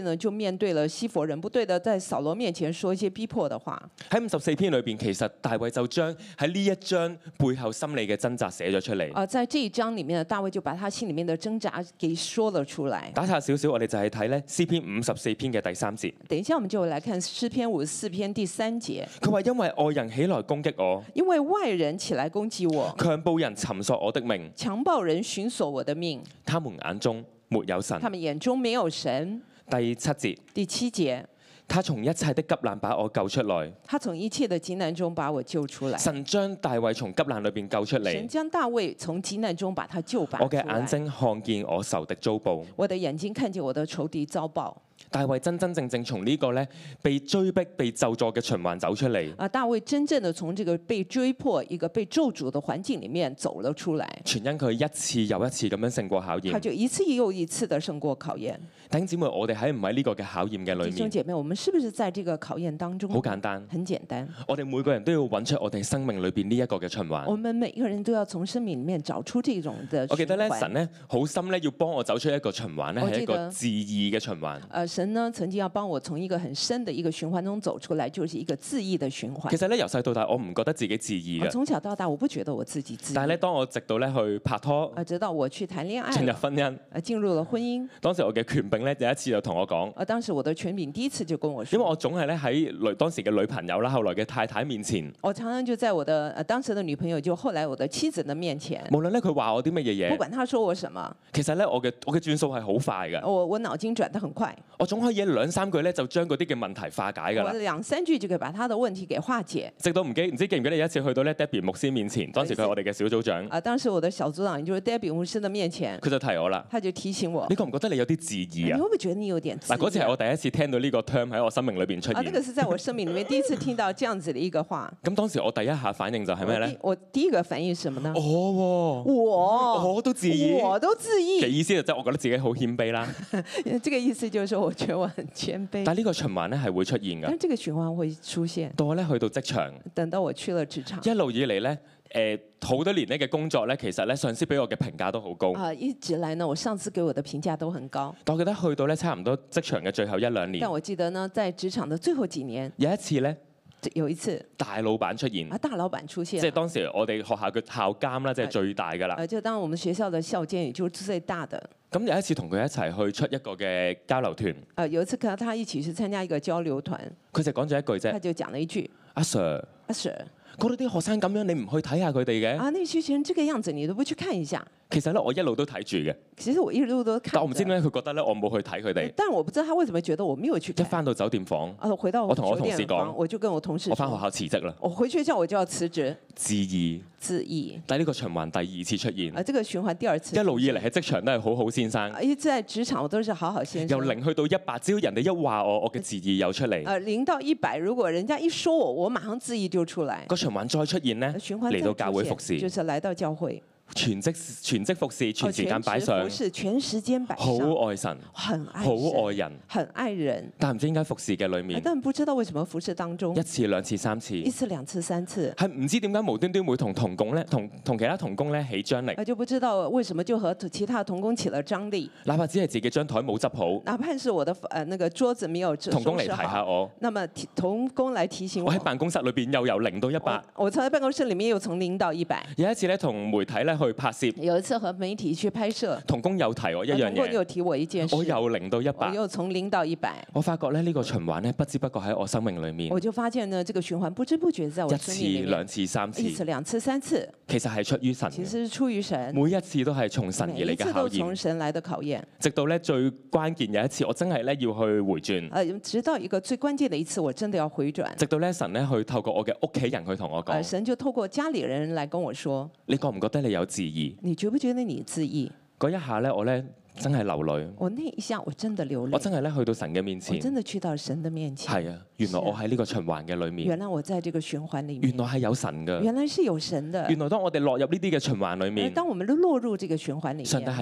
呢就面對了西弗人，不斷地在掃羅面前說一些逼迫的話。 喺五十四篇裏邊，其實大衛就將喺呢一章背後心理嘅掙扎寫咗出嚟。 啊，在這一章裡面呢，大衛就把他心裡面的掙扎給說了出來。 打岔少少，我哋就係睇咧詩篇五十四篇嘅第三節。 等一下，我們就來看詩篇五十四篇第三節。 佢話因為外人起來攻擊我， 因為外人起來攻擊我， 強暴人尋索我的命， 強暴人尋索我的命， 他們眼中沒有神。 他們眼中沒有神。 第七節， 第七節， 他從一切的急難把我救出來。 他從一切的急難中把我救出來。 神將大衛從急難裏邊救出嚟。 神將大衛從急難中把他救拔出來。 我嘅眼睛看見我仇敵遭報。 我的眼睛看見我的仇敵遭報。 大衛真真正正從呢個咧被追逼、被咒詛嘅循環走出嚟。 啊，大衛真正的從這個被追迫、一個被咒詛的環境裡面走了出來。 全因佢一次又一次咁樣勝過考驗。 他就一次又一次的勝過考驗。 弟兄姊妹，我哋喺唔喺呢個嘅考驗嘅裏面？ 弟兄姐妹，我們是不是在這個考驗當中？ 好簡單， 很簡單。 我哋每個人都要揾出我哋生命裏邊呢一個嘅循環。 我們每一個人都要從生命裡面找出這種的循環。 我記得咧，神咧好心咧要幫我走出一個循環咧，係一個自義嘅循環。 誒，神呢曾經要幫我從一個很深的一個循環中走出來，就是一個自義的循環。 其實咧由細到大，我唔覺得自己自義嘅。 從小到大，我不覺得我自己自義。 但係咧，當我直到咧去拍拖， 啊，直到我去談戀愛， 進入婚姻， 啊，進入了婚姻。 當時我嘅權柄咧，第一次就同我講， 啊，當時我的權柄第一次就跟我說， 因為我總係咧喺女當時嘅女朋友啦，後來嘅太太面前， 我常常就在我的呃當時的女朋友，就後來我的妻子的面前， 無論咧佢話我啲乜嘢嘢， 不管他說我什麼， 其實咧我嘅我嘅轉數係好快嘅， 我我腦筋轉得很快， 我總可以兩三句咧就將嗰啲嘅問題化解㗎啦。 我兩三句就可以把他的問題給化解。 直到唔記唔知記唔記得有一次去到咧 Debbie 牧師面前，當時佢係我哋嘅小組長。 啊，當時我的小組長，也就是 Debbie 牧師的面前， 佢就提我啦， 他就提醒我， 你覺唔覺得你有啲自義啊？ 你會唔會覺得你有點自義？ 嗱，嗰次係我第一次聽到呢個 term 喺我生命裏邊出啊， 現。 這個是在我生命裡面第一次聽到這樣子的一個話。 咁當時我第一下反應就係咩咧？ 我第一個反應是什麼呢？ 我喎， 我我都自義， 我都自義嘅意思就即係我覺得自己好謙卑啦。 這個意思就是說我覺得我很謙卑。 但係呢個循環咧係會出現㗎。 但這個循環會出現。 到我咧去到職場， 等到我去了職場， 一路以嚟咧，誒好多年咧嘅工作咧，其實咧上司俾我嘅評價都好高。 啊，一直來呢，我上司給我的評價都很高。 但我記得去到咧差唔多職場嘅最後一兩年， 但我記得呢，在職場的最後幾年， 有一次咧， 有一次大老闆出現， 啊，大老闆出現， 即係當時我哋學校嘅校監啦，即係最大㗎啦。 啊，就當我們學校的校監，也就是最大的。 咁有一次同佢一齊去出一個嘅交流團， 啊，有一次跟他一起去參加一個交流團， 佢就講咗一句啫， 他就講了一句： 阿 Sir， 阿 Sir， 嗰度啲學生咁樣，你唔去睇下佢哋嘅？ 啊，那些學生這個樣子，你都不去看一下。 其實咧，我一路都睇住嘅， 其實我一路都看。 但我唔知點解佢覺得咧，我冇去睇佢哋。 但我不知道他為什麼覺得我沒有去看。 一翻到酒店房， 啊，我回到我同我同事講， 我就跟我同事說， 我翻學校辭職啦。 我回學校我就要辭職。 自義， 自義。 但係呢個循環第二次出現。 啊，這個循環第二次。 一路以嚟喺職場都係好好先生。 一直在職場我都是好好先生。 由零去到一百，只要人哋一話我，我嘅自義又出嚟。 啊，零到一百，如果人家一說我，我馬上自義就出來。 個循環再出現呢，嚟到教會服侍， 就是來到教會。 全職全職服侍，全時間擺上， 服侍全時間擺上， 好愛神， 很愛好愛人， 很愛人。 但唔知點解服侍嘅裏面， 但不知道為什麼服侍當中一次兩次三次， 一次兩次三次， 係唔知點解無端端會同同工咧，同同其他同工咧起張力。 就不知道為什麼就和其他同工起了張力。 哪怕只係自己張台冇執好， 哪怕是我的誒那個桌子沒有收拾好， 同工嚟提下我， 那麼同工來提醒我。 我喺辦公室裏邊又由零到一百， 我坐喺辦公室裡面又從零到一百。 有一次咧同媒體咧去拍攝。 一次和媒體去拍攝， 同工又提我一樣嘢， 同工又提我一件事， 我又零到一百， 我又從零到一百。 我發覺咧呢個循環咧不知不覺喺我生命裡面， 我就發現呢，這個循環不知不覺在我生命裡面， 一次兩次三次， 一次兩次三次， 其實係出於神， 其實是出於神， 每一次都係從神而嚟嘅考驗， 從神來的考驗。 直到咧最關鍵有一次，我真係咧要去回轉， 誒，直到一個最關鍵的一次，我真的要回轉， 直到咧神咧去透過我嘅屋企人去同我講， 神就透過家裡人來跟我說， 你覺唔覺得你有自義？ 你覺不覺得你自義？ 嗰一下咧，我咧真係流淚。 我那一下我真的流淚。 我真係咧去到神嘅面前。 我真的去到神的面前。 係啊，原來我喺呢個循環嘅裏面。 原來我在這個循環裡面。 原來係有神嘅。 原來是有神的。 原來當我哋落入呢啲嘅循環裡面， 當我們都落入這個循環裡面， 上帝係要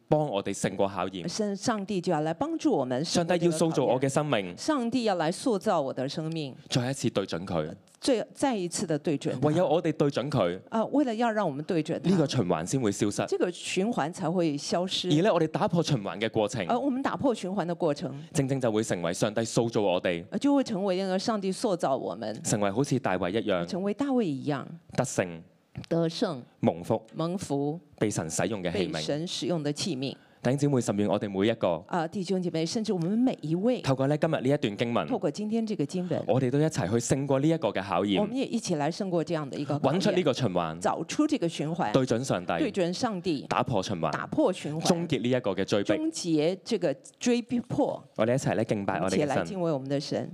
幫我哋勝過考驗。 神上帝就要來幫助我們。 上帝要塑造我嘅生命， 上帝要來塑造我的生命， 再一次對準佢。 再再一次的對準。 唯有我哋對準佢， 啊，為了要讓我們對準呢個循環先會消失。 這個循環才會消失。 而咧，我哋打破循環嘅過程， 而我們打破循環的過程， 正正就會成為上帝塑造我哋， 就會成為那個上帝塑造我們， 成為好似大衛一樣， 成為大衛一樣得勝、 得勝、 蒙福、 蒙福、 被神使用嘅器被皿。 神使用的器皿。 弟兄姊妹，甚至我哋每一個啊，弟兄姐妹，甚至我們每一位， 透過咧今日呢一段經文， 透過今天這個經文， 我哋都一齊去勝過呢一個嘅考我驗， 們也一起來勝過這樣的一個考驗， 揾出呢個循環， 找出這個循環， 對準上對帝， 準上帝， 打破循環， 打破循環， 終結呢一個嘅追逼。 終結這個追迫。 我哋一齊咧敬拜我一起哋嘅神。 來敬畏我們的神。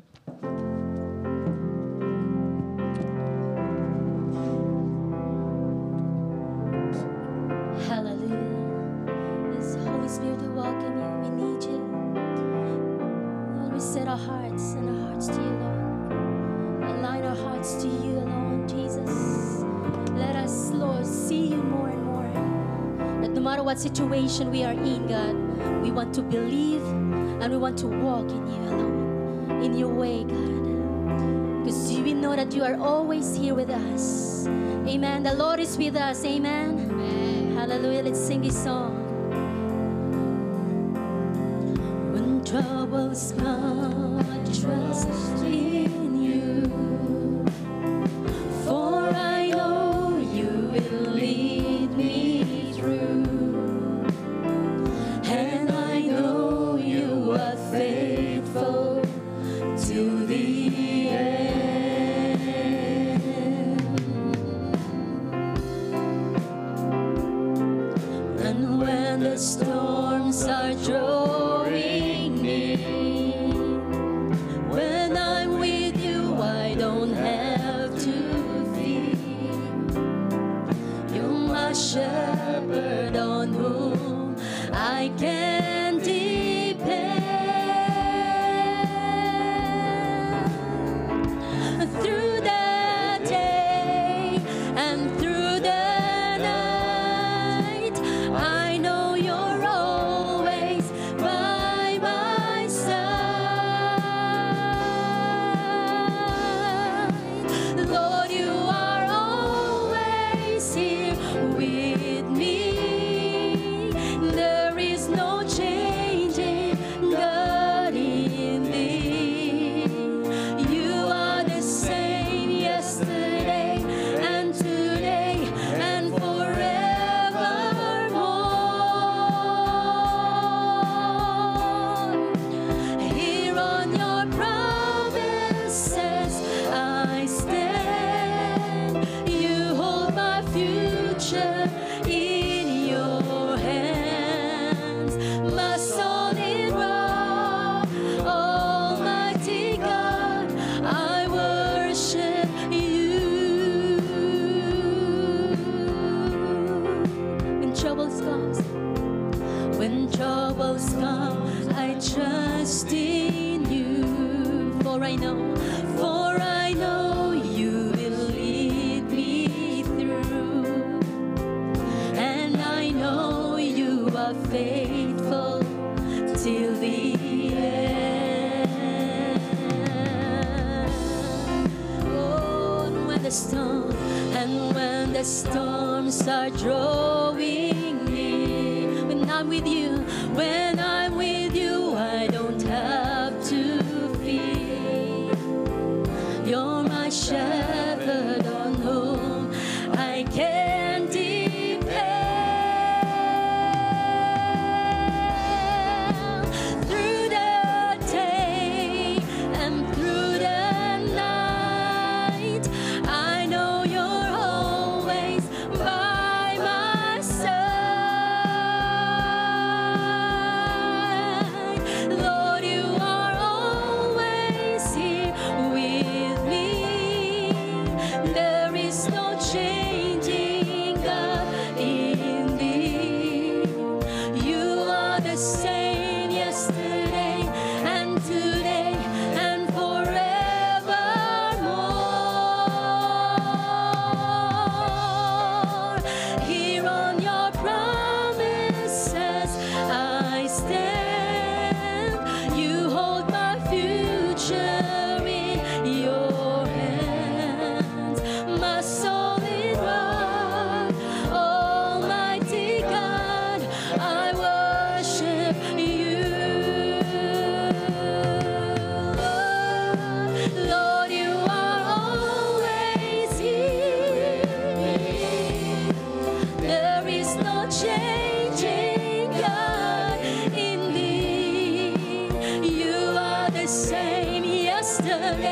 Spirit, we welcome you. We need you. Lord, we set our hearts and our hearts to you, Lord. Align our hearts to you alone, Jesus. Let us, Lord, see you more and more. That no matter what situation we are in, God, we want to believe and we want to walk in you alone, in your way, God. Because we know that you are always here with us. Amen. The Lord is with us. Amen. Amen. Hallelujah. Let's sing this song. Troubles come, I trust in you. For I know you will lead me through. And I know you are faithful to the end. And when the storms are drawing, shepherd on whom I can depend. Through the day and through the night, I know you're always by my side. Lord, you are always here with me. There is no changing God in me. You are the same yesterday and today and forevermore. Here on your promises I stand. You hold my future in your hands, my solid rock, Almighty God, I worship you. When troubles comes, when troubles come, I trust in you. For I know, for I know you will lead me through. And I know you are faithful till the end. Oh, and when the storm, and when the storms are drawing near, when I'm with you, when I'm with you, I don't have to fear. You're my shepherd on whom I can depend. Through the day and through the night, I know you're always by my side. Lord, you are always here with me.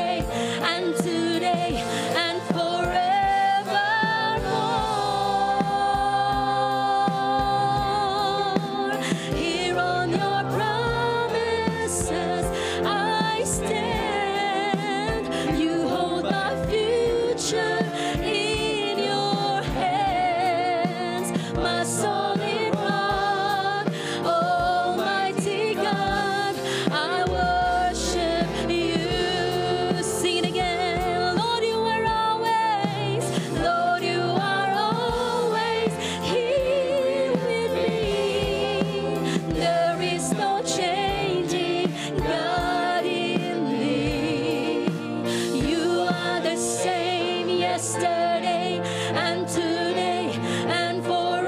yesterday and today and forevermore. Here on your promises I stand. You hold my future in your hands, my solid rock, Almighty God, I worship you. Sing it again. Lord, you are always, Lord, you are always here with me. There is no changing God in me. You are the same yesterday and today and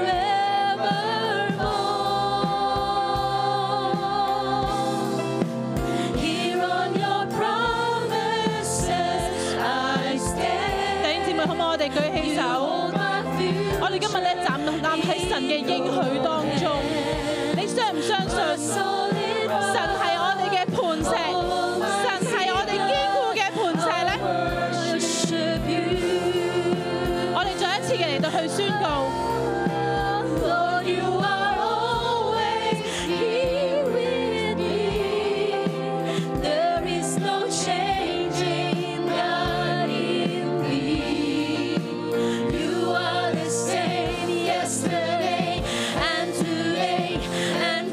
forevermore. Here on your promises I stand. 弟兄姊妹，可唔可以我哋舉起手？ Hold my future 我哋今日咧站立喺神嘅應許當中，你相唔相信？ solid rock. 神係我哋嘅磐石，神係我哋堅固嘅磐石咧。 Worship you. 我哋再一次嘅嚟到去宣告， Lord, you are always here with me. There is no changing God in me. You are the same yesterday and today and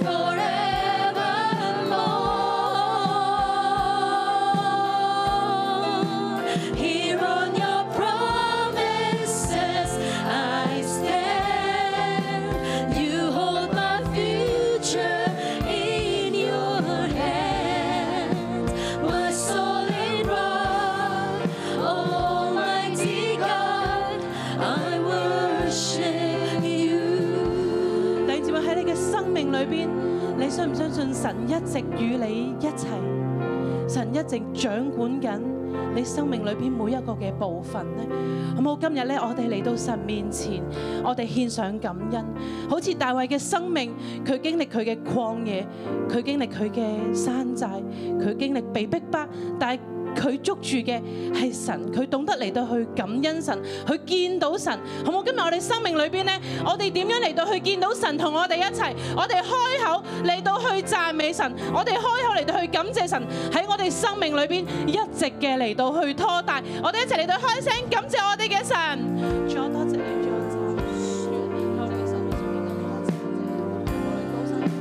forevermore. Here on your promises I stand. You hold my future in your hands, my solid rock, Almighty God, I worship you. 弟兄姊妹喺你嘅生命裏邊，你相唔相信神一直與你一齊？神一直掌管緊你生命裏邊每一個嘅部分呢？好冇？今日咧，我哋嚟到神面前，我哋獻上感恩，好似大衛嘅生命，佢經歷佢嘅曠野，佢經歷佢嘅山寨，佢經歷被逼迫，但係佢捉住嘅係神，佢懂得嚟到去感恩神，去見到神，好冇？今日我哋生命裏邊呢，我哋點樣嚟到去見到神同我哋一齊？我哋開口嚟到去讚美神，我哋開口嚟到去感謝神喺我哋生命裏邊一直嘅嚟到去拖帶，我哋一齊嚟到開聲感謝我哋嘅神。主啊，多謝你，主啊，多謝你，我哋嘅生命中邊更多謝謝，我哋高聲。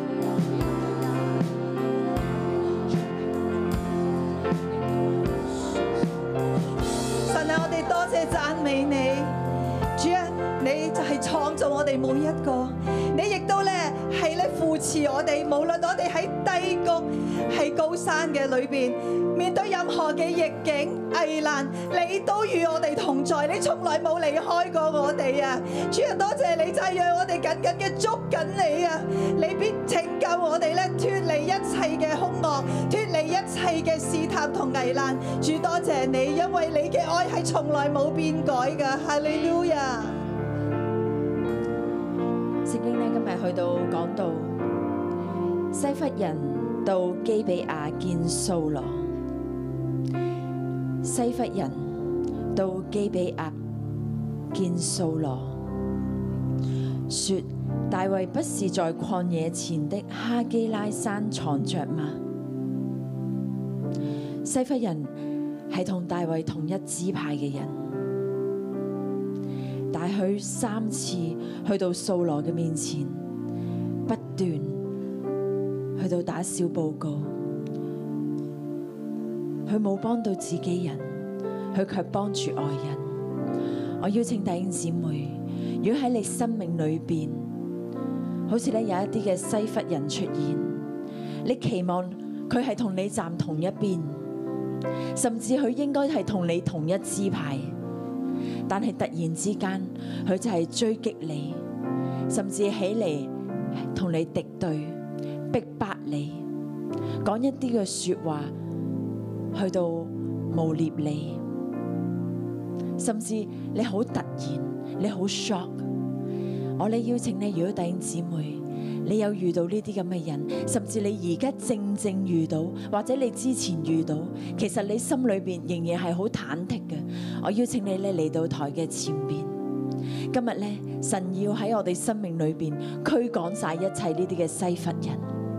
神啊，我哋多謝讚美你，主啊，你就係創造我哋每一個，你亦都咧係咧扶持我哋，無論我哋喺低谷、喺高山嘅裏邊，面對任何嘅逆境危難，你都與我哋同在，你從來冇離開過我哋啊！主啊，多謝你就係讓我哋緊緊嘅捉緊你啊！你必拯救我哋咧脫離一切嘅兇惡，脫離一切嘅試探同危難。主多謝你，因為你嘅愛係從來冇變改㗎。哈利路亞！ 聖經咧今日去到講到西弗人到基比亞見掃羅，西弗人到基比亞見掃羅，說大衛不是在曠野前的哈基拉山藏着嗎？西弗人係同大衛同一支派嘅人，但佢三次去到掃羅嘅面前，不斷去到打小報告，佢冇幫到自己人，佢卻幫住外人。我邀請弟兄姊妹，如果喺你生命裏邊，好似咧有一啲嘅西弗人出現，你期望佢係同你站同一邊，甚至佢應該係同你同一支派，但係突然之間佢就係追擊你，甚至起嚟同你敵對，逼迫你，講一啲嘅說話去到誣衊你，甚至你好突然，你好 shock。我哋邀請你，如果弟兄姊妹你有遇到呢啲咁嘅人，甚至你而家正正遇到，或者你之前遇到，其實你心裏邊仍然係好忐忑嘅。我邀請你咧嚟到台嘅前邊。今日咧，神要喺我哋生命裏邊驅趕晒一切呢啲嘅西弗人，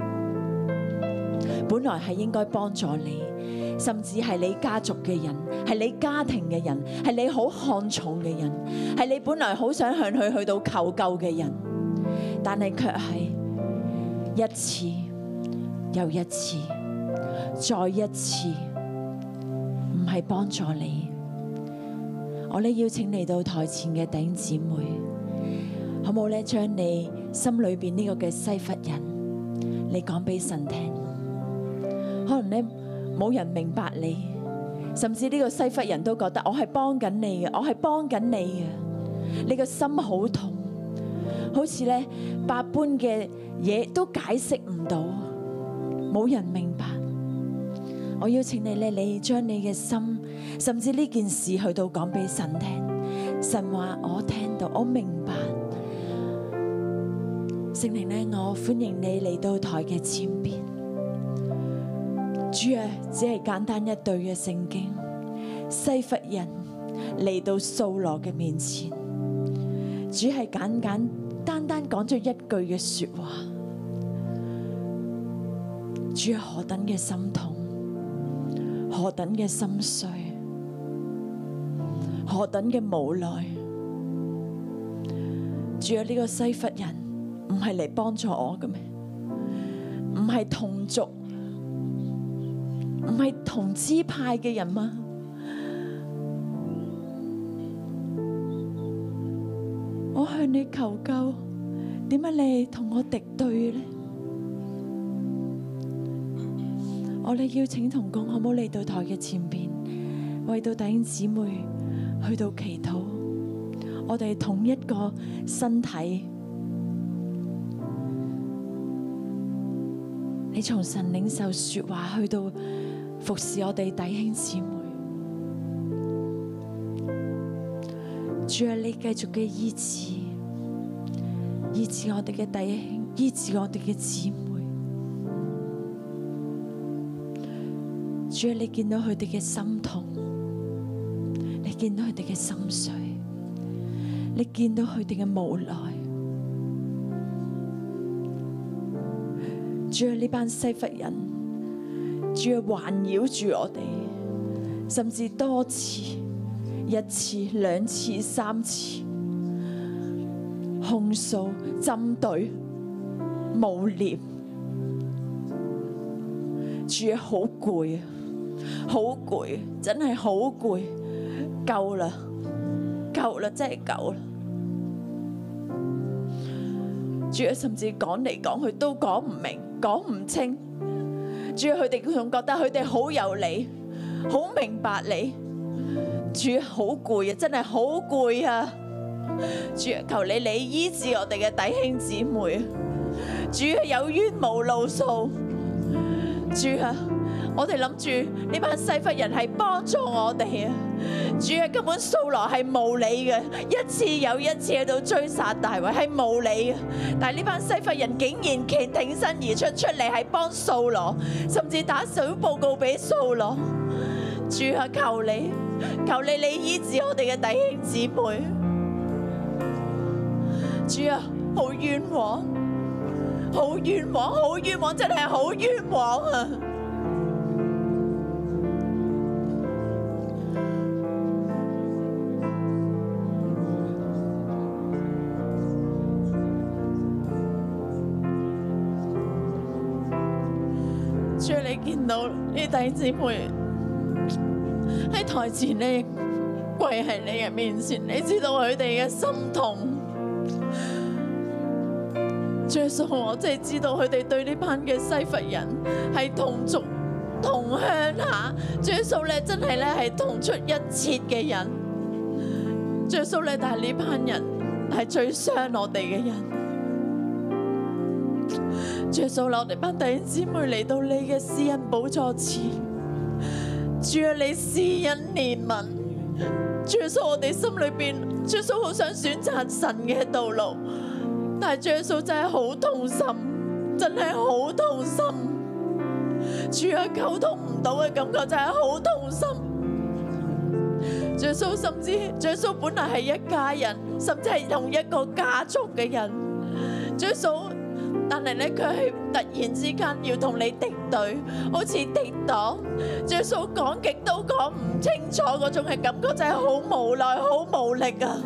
本來係應該幫助你，甚至係你家族嘅人，係你家庭嘅人，係你好看重嘅人，係你本來好想向佢去到求救嘅人，但係卻係一次又一次，再一次唔係幫助你。我咧邀請嚟到台前嘅弟兄姊妹，好冇咧？將你心裏邊呢個嘅西弗人，你講俾神聽。可能咧冇人明白你，甚至呢個西弗人都覺得我係幫緊你嘅，我係幫緊你嘅。你個心好痛，好似咧百般嘅嘢都解釋唔到，冇人明白。我邀請你咧，你將你嘅心，甚至呢件事去到講俾神聽。神話我聽到，我明白。聖靈咧，我歡迎你嚟到台嘅前邊。主啊，只係簡單一對嘅聖經，西弗人嚟到掃羅嘅面前，主係簡簡單單講咗一句嘅說話。主係何等嘅心痛，何等嘅心碎，何等嘅無奈。主啊，呢個西弗人唔係嚟幫助我嘅咩？唔係同族，唔係同支派嘅人嗎？我向你求救，點解你同我敵對呢？我哋邀請同工，可唔可以嚟到台嘅前邊，為到弟兄姊妹去到祈禱。我哋係同一個身體，你從神領受說話，去到服侍我哋弟兄姊妹。主啊，你繼續嘅醫治，醫治我哋嘅弟兄，醫治我哋嘅姊妹。主啊，你見到佢哋嘅心痛，你見到佢哋嘅心碎，你見到佢哋嘅無奈。主啊，呢班西弗人，主啊，環繞住我哋，甚至多次、一次、兩次、三次控訴、針對、誣衊。主啊，好攰啊！好攰，真係好攰，夠啦，夠啦，真係夠啦。主啊，甚至講嚟講去都講唔明，講唔清。主啊，佢哋仲覺得佢哋好有理，好明白你。主啊，好攰啊，真係好攰啊！主啊，求你你醫治我哋嘅弟兄姊妹。主啊，有冤無路訴。主啊，我哋諗住呢班西弗人係幫助我哋啊！主啊，根本掃羅係無理嘅，一次又一次喺度追殺大衛，係無理嘅。但係呢班西弗人竟然企挺身而出，出嚟係幫掃羅，甚至打小報告俾掃羅。主啊，求你，求你，你醫治我哋嘅弟兄姊妹。主啊，好冤枉，好冤枉，好冤枉，真係好冤枉啊！主啊，你見到呢弟兄姊妹喺台前呢跪喺你嘅面前，你知道佢哋嘅心痛。主耶穌，我真係知道佢哋對呢班嘅西弗人係同族同鄉下。主耶穌咧真係咧係同出一轍嘅人。主耶穌咧，但係呢班人係最傷我哋嘅人。主耶穌，我哋班弟兄姊妹嚟到你嘅施恩寶座前，主啊，你施恩憐憫。主耶穌，我哋心裏邊，主耶穌好想選擇神嘅道路。 但係主耶穌真係好痛心，真係好痛心。主啊，溝通唔到嘅感覺真係好痛心。主耶穌甚至主耶穌本來係一家人，甚至係同一個家族嘅人。主耶穌，但係咧佢係突然之間要同你敵對，好似敵黨。主耶穌講極都講唔清楚嗰種嘅感覺，真係好無奈、好無力啊！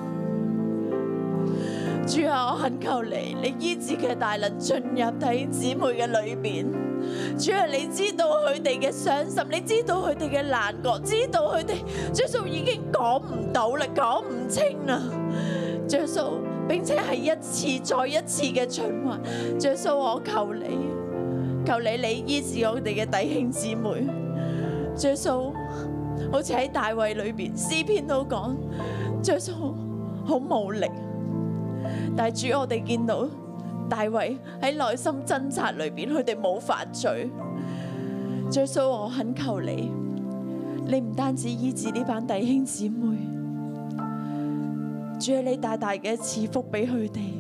主啊，我懇求你，你醫治嘅大能進入弟兄姊妹嘅裏邊。主啊，你知道佢哋嘅傷心，你知道佢哋嘅難過，知道佢哋主耶穌已經講唔到啦，講唔清啦。主耶穌，並且係一次再一次嘅循環。主耶穌，我求你，求你你醫治我哋嘅弟兄姊妹。主耶穌，好似喺大衛裏邊詩篇都講，主耶穌好無力。但係主，我哋見到大衛喺內心掙扎裏邊，佢哋冇犯罪。主耶穌，我懇求你，你唔單止醫治呢班弟兄姊妹，主啊，你大大嘅賜福俾佢哋。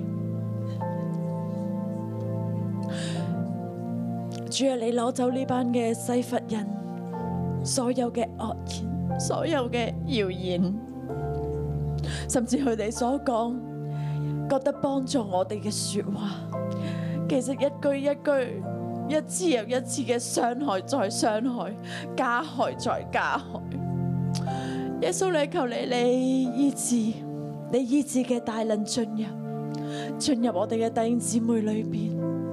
主啊，你攞走呢班嘅西弗人所有嘅惡言，所有嘅謠言，甚至佢哋所講覺得幫助我哋嘅說話，其實一句一句，一次又一次嘅傷害再傷害，加害再加害。耶穌，你求你，你醫治，你醫治嘅大能進入，進入我哋嘅弟兄姊妹裏邊。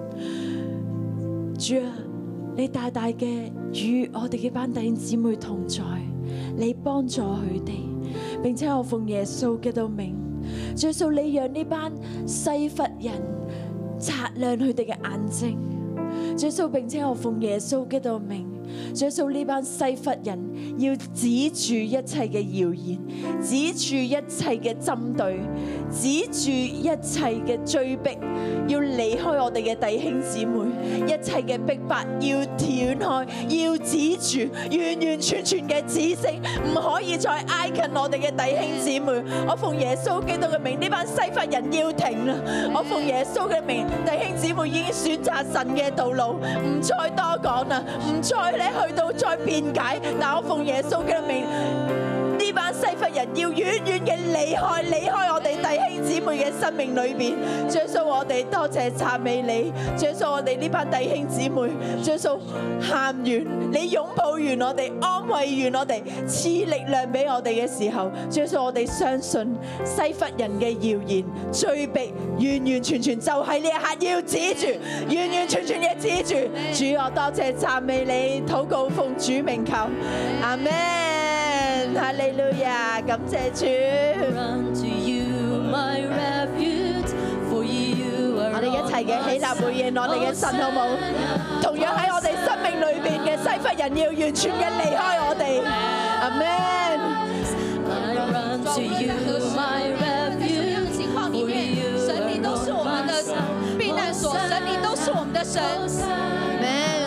主啊，你大大嘅與我哋嘅班弟兄姊妹同在，你幫助佢哋，並且我奉耶穌基督名。主耶穌，你讓呢班西弗人擦亮佢哋嘅眼睛。主耶穌，並且我奉耶穌基督名。主耶穌，呢班西弗人要止住一切嘅謠言，止住一切嘅針對，止住一切嘅追逼，要離開我哋嘅弟兄姊妹，一切嘅逼迫要斷開，要止住，完完全全嘅止息，唔可以再挨近我哋嘅弟兄姊妹。我奉耶穌基督嘅名，呢班西弗人要停啦！我奉耶穌嘅名，弟兄姊妹已經選擇神嘅道路，唔再多講啦，唔再咧去到再辯解。但我奉耶穌嘅名，呢班西弗人要遠遠嘅離開，離開我哋弟兄姊妹嘅生命裏邊。主耶穌，我哋多謝讚美你。主耶穌，我哋呢班弟兄姊妹，主耶穌喊完，你擁抱完我哋，安慰完我哋，賜力量俾我哋嘅時候，主耶穌，我哋相信西弗人嘅謠言追逼，完完全全就喺呢一刻要止住，完完全全嘅止住。主，我多謝讚美你，禱告奉主名求，阿門。哈利路亞，感謝主。我哋一齊嘅起立回應我哋嘅神，好冇？同樣喺我哋生命裏邊嘅西弗人要完全嘅離開我哋，阿門。 情況裡面，神你都是我們的避難所，神你都是我們的神，阿門。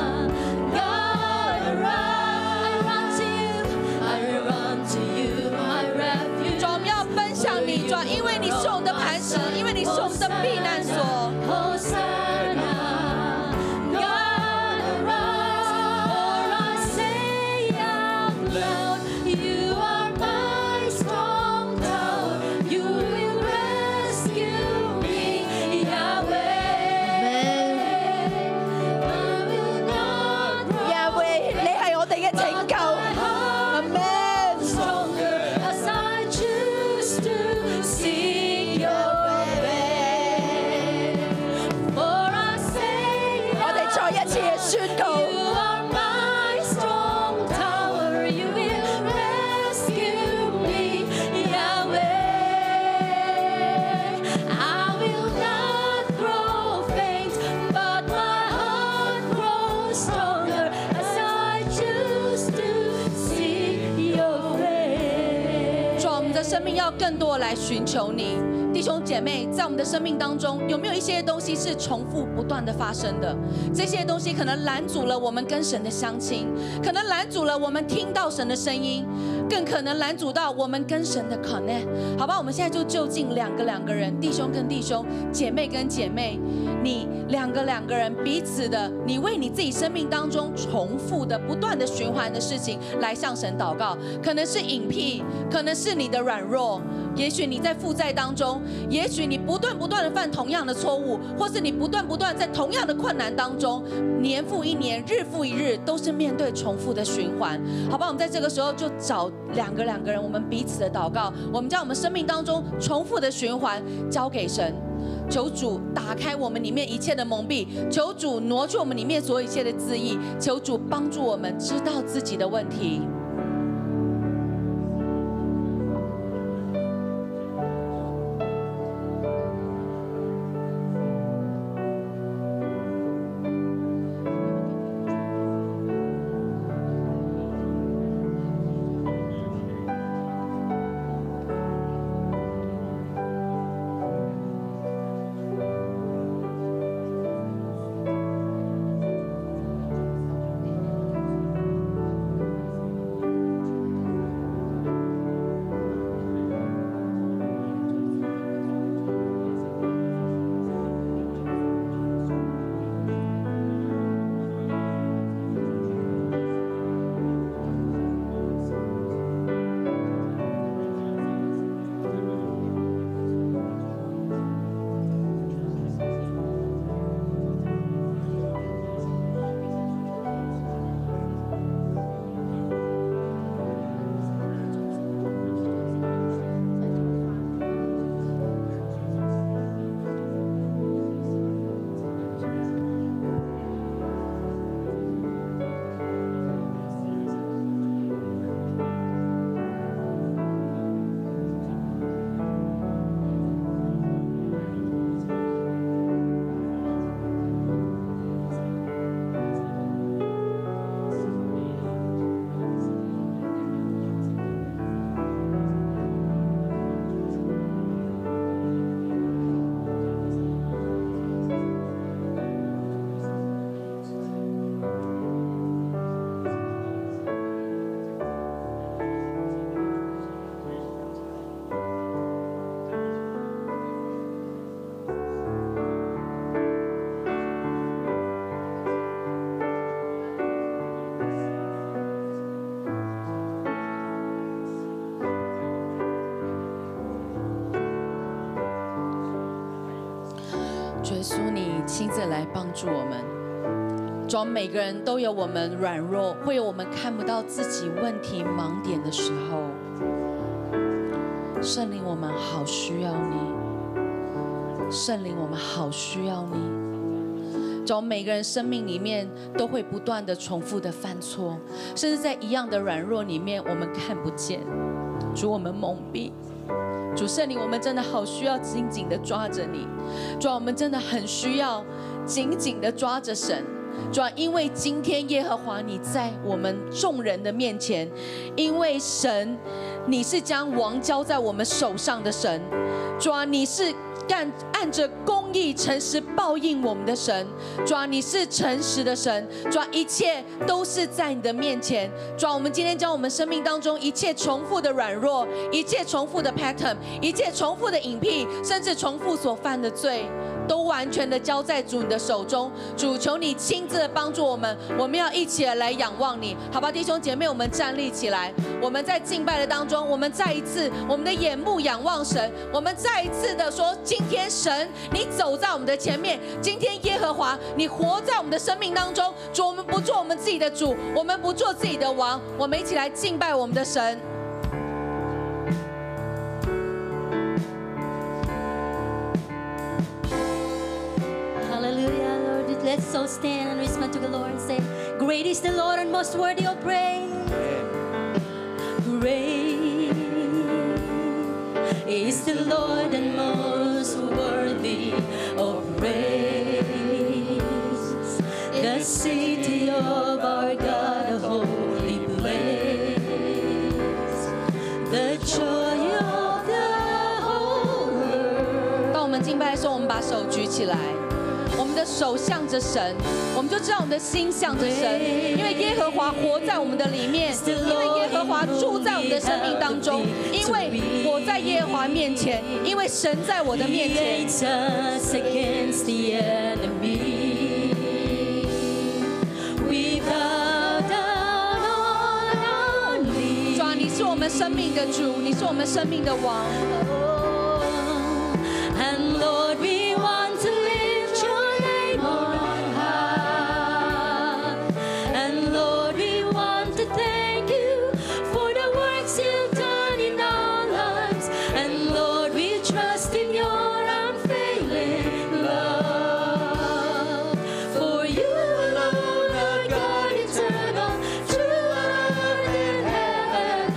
主啊，因為你是我們的磐石，因為你是我們的避難所。 更多來尋求你， 弟兄姐妹，在我们的生命当中，有没有一些东西是重复不断的发生的？这些东西可能拦阻了我们跟神的相亲，可能拦阻了我们听到神的声音，更可能拦阻到我们跟神的 connect。好吧，我们现在就就近两个两个人，弟兄跟弟兄，姐妹跟姐妹，你两个两个人彼此的，你为你自己生命当中重复的、不断的循环的事情来向神祷告，可能是隐僻，可能是你的软弱。也许你在负债当中，也许你不断不断的犯同样的错误，或是你不断不断在同样的困难当中，年复一年，日复一日，都是面对重复的循环。好吧，我们在这个时候就找两个两个人，我们彼此的祷告，我们将我们生命当中重复的循环交给神。求主打开我们里面一切的蒙蔽，求主挪去我们里面所有一切的自义，求主帮助我们知道自己的问题。主耶稣，你亲自来帮助我们。主，每个人都有我们软弱，会有我们看不到自己问题盲点的时候。圣灵，我们好需要你。圣灵，我们好需要你。主，每个人生命里面都会不断的重复的犯错，甚至在一样的软弱里面，我们看不见。主，我们蒙蔽。主圣灵，我们真的好需要紧紧的抓着你。主，我们真的很需要紧紧的抓着神。主，因为今天耶和华你在我们众人的面前，因为神你是将王交在我们手上的神。主啊，你是按按着公义诚实报应我们的神。主啊，你是诚实的神。主啊，一切都是在你的面前。主啊，我们今天将我们生命当中一切重复的软弱，一切重复的 pattern， 一切重复的隐蔽，甚至重复所犯的罪，都完全的交在主你的手中。主，求你亲自的帮助我们，我们要一起来仰望你。好吧，弟兄姐妹，我们站立起来，我们在敬拜的当中，我们再一次我们的眼目仰望神，我们再一次的说，今天神你走在我们的前面，今天耶和华你活在我们的生命当中。主，我们不做我们自己的主，我们不做自己的王，我们一起来敬拜我们的神。 Let's all stand and respond to the Lord and say, Great is the Lord and most worthy of praise. Great is the Lord and most worthy of praise. The city of our God, a holy place. The joy of the whole world. 起来，我们的手向着神，我们就知道我们的心向着神，因为耶和华活在我们的里面，因为耶和华住在我们的生命当中，因为我在耶和华面前，因为神在我的面前。主啊，你是我们生命的主，你是我们生命的王。And Lord, we want to lift your name on high. And Lord, we want to thank you for the works you've done in our lives. And Lord, we trust in your unfailing love. For you alone are God eternal, true earth and heaven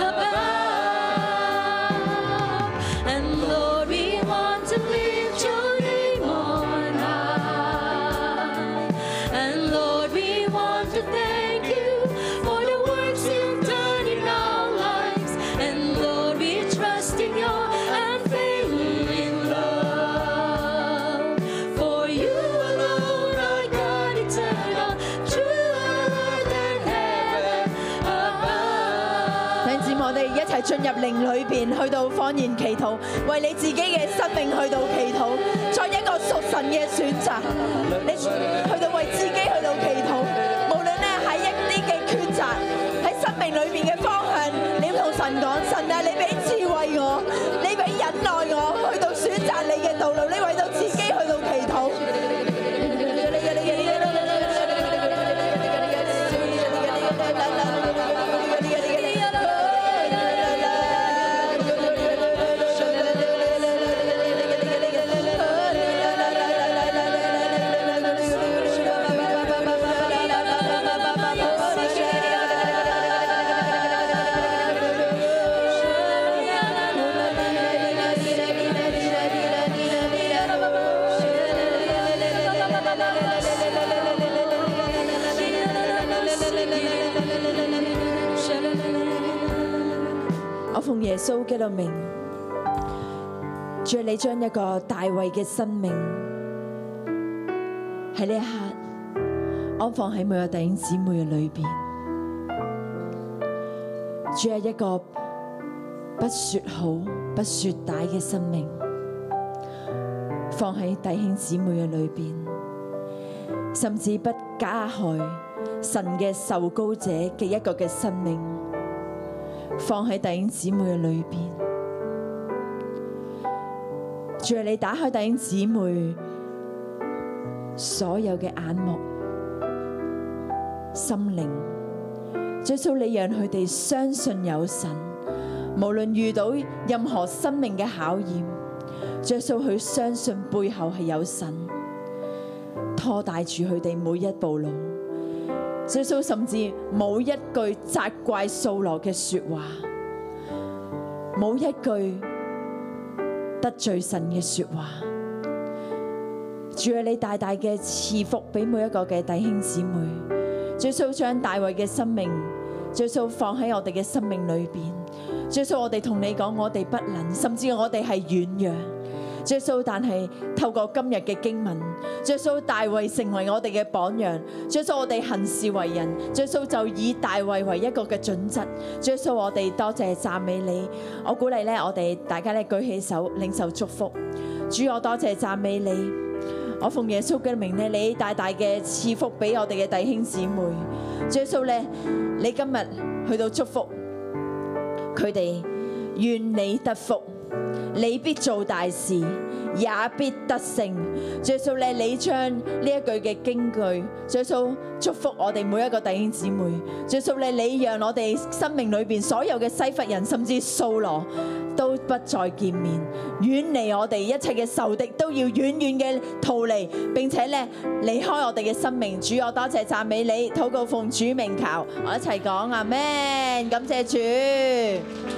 above. And Lord, we want to lift your name on high. And Lord, we want to thank you for the works you've done in our lives. And Lord, we trust in your unfailing love. For you alone are God eternal, true earth and heaven above. 弟兄姊妹，我哋一齊進入靈裏邊，去到方言祈禱，為你自己嘅生命去到祈禱，作一個屬神嘅選擇。你去到為自己去到祈禱，無論咧喺一啲嘅抉擇，喺生命裏邊嘅方向，你要同神講：神啊，你俾智慧我，你俾忍耐我，去到選擇你嘅道路，你為到自己去到祈禱。我奉耶穌基督名，主，你將一個大衛嘅生命喺呢一刻安放喺每個弟兄姊妹嘅裏邊。主係一個不說好、不說歹嘅生命，放喺弟兄姊妹嘅裏邊，甚至不加害神嘅受膏者嘅一個嘅生命。放喺弟兄姊妹嘅裏邊，主啊，你打開弟兄姊妹所有嘅眼目、心靈，主耶穌，你讓佢哋相信有神，無論遇到任何生命嘅考驗，主耶穌佢相信背後係有神拖帶住佢哋每一步路。耶穌甚至冇一句責怪掃羅嘅說話，冇一句得罪神嘅說話。主啊，你大大嘅賜福俾每一個嘅弟兄姊妹。耶穌將大衛嘅生命，耶穌放喺我哋嘅生命裏邊。耶穌，我哋同你講，我哋不能，甚至我哋係軟弱。耶穌，但係透過今日嘅經文，耶穌大衛成為我哋嘅榜樣。耶穌，我哋行事為人，耶穌就以大衛為一個嘅準則。耶穌，我哋多謝讚美你。我鼓勵咧，我哋大家咧舉起手領受祝福。主，我多謝讚美你。我奉耶穌嘅名咧，你大大嘅賜福俾我哋嘅弟兄姊妹。耶穌咧，你今日去到祝福佢哋，願你得福。你必做大事，也必得勝。耶穌咧，你將呢一句嘅經句，耶穌祝福我哋每一個弟兄姊妹。耶穌咧，你讓我哋生命裏邊所有嘅西弗人，甚至掃羅都不再見面，遠離我哋一切嘅仇敵，都要遠遠嘅逃離，並且咧離開我哋嘅生命。主，我多謝讚美你，禱告奉主名求，我一齊講阿們，感謝主。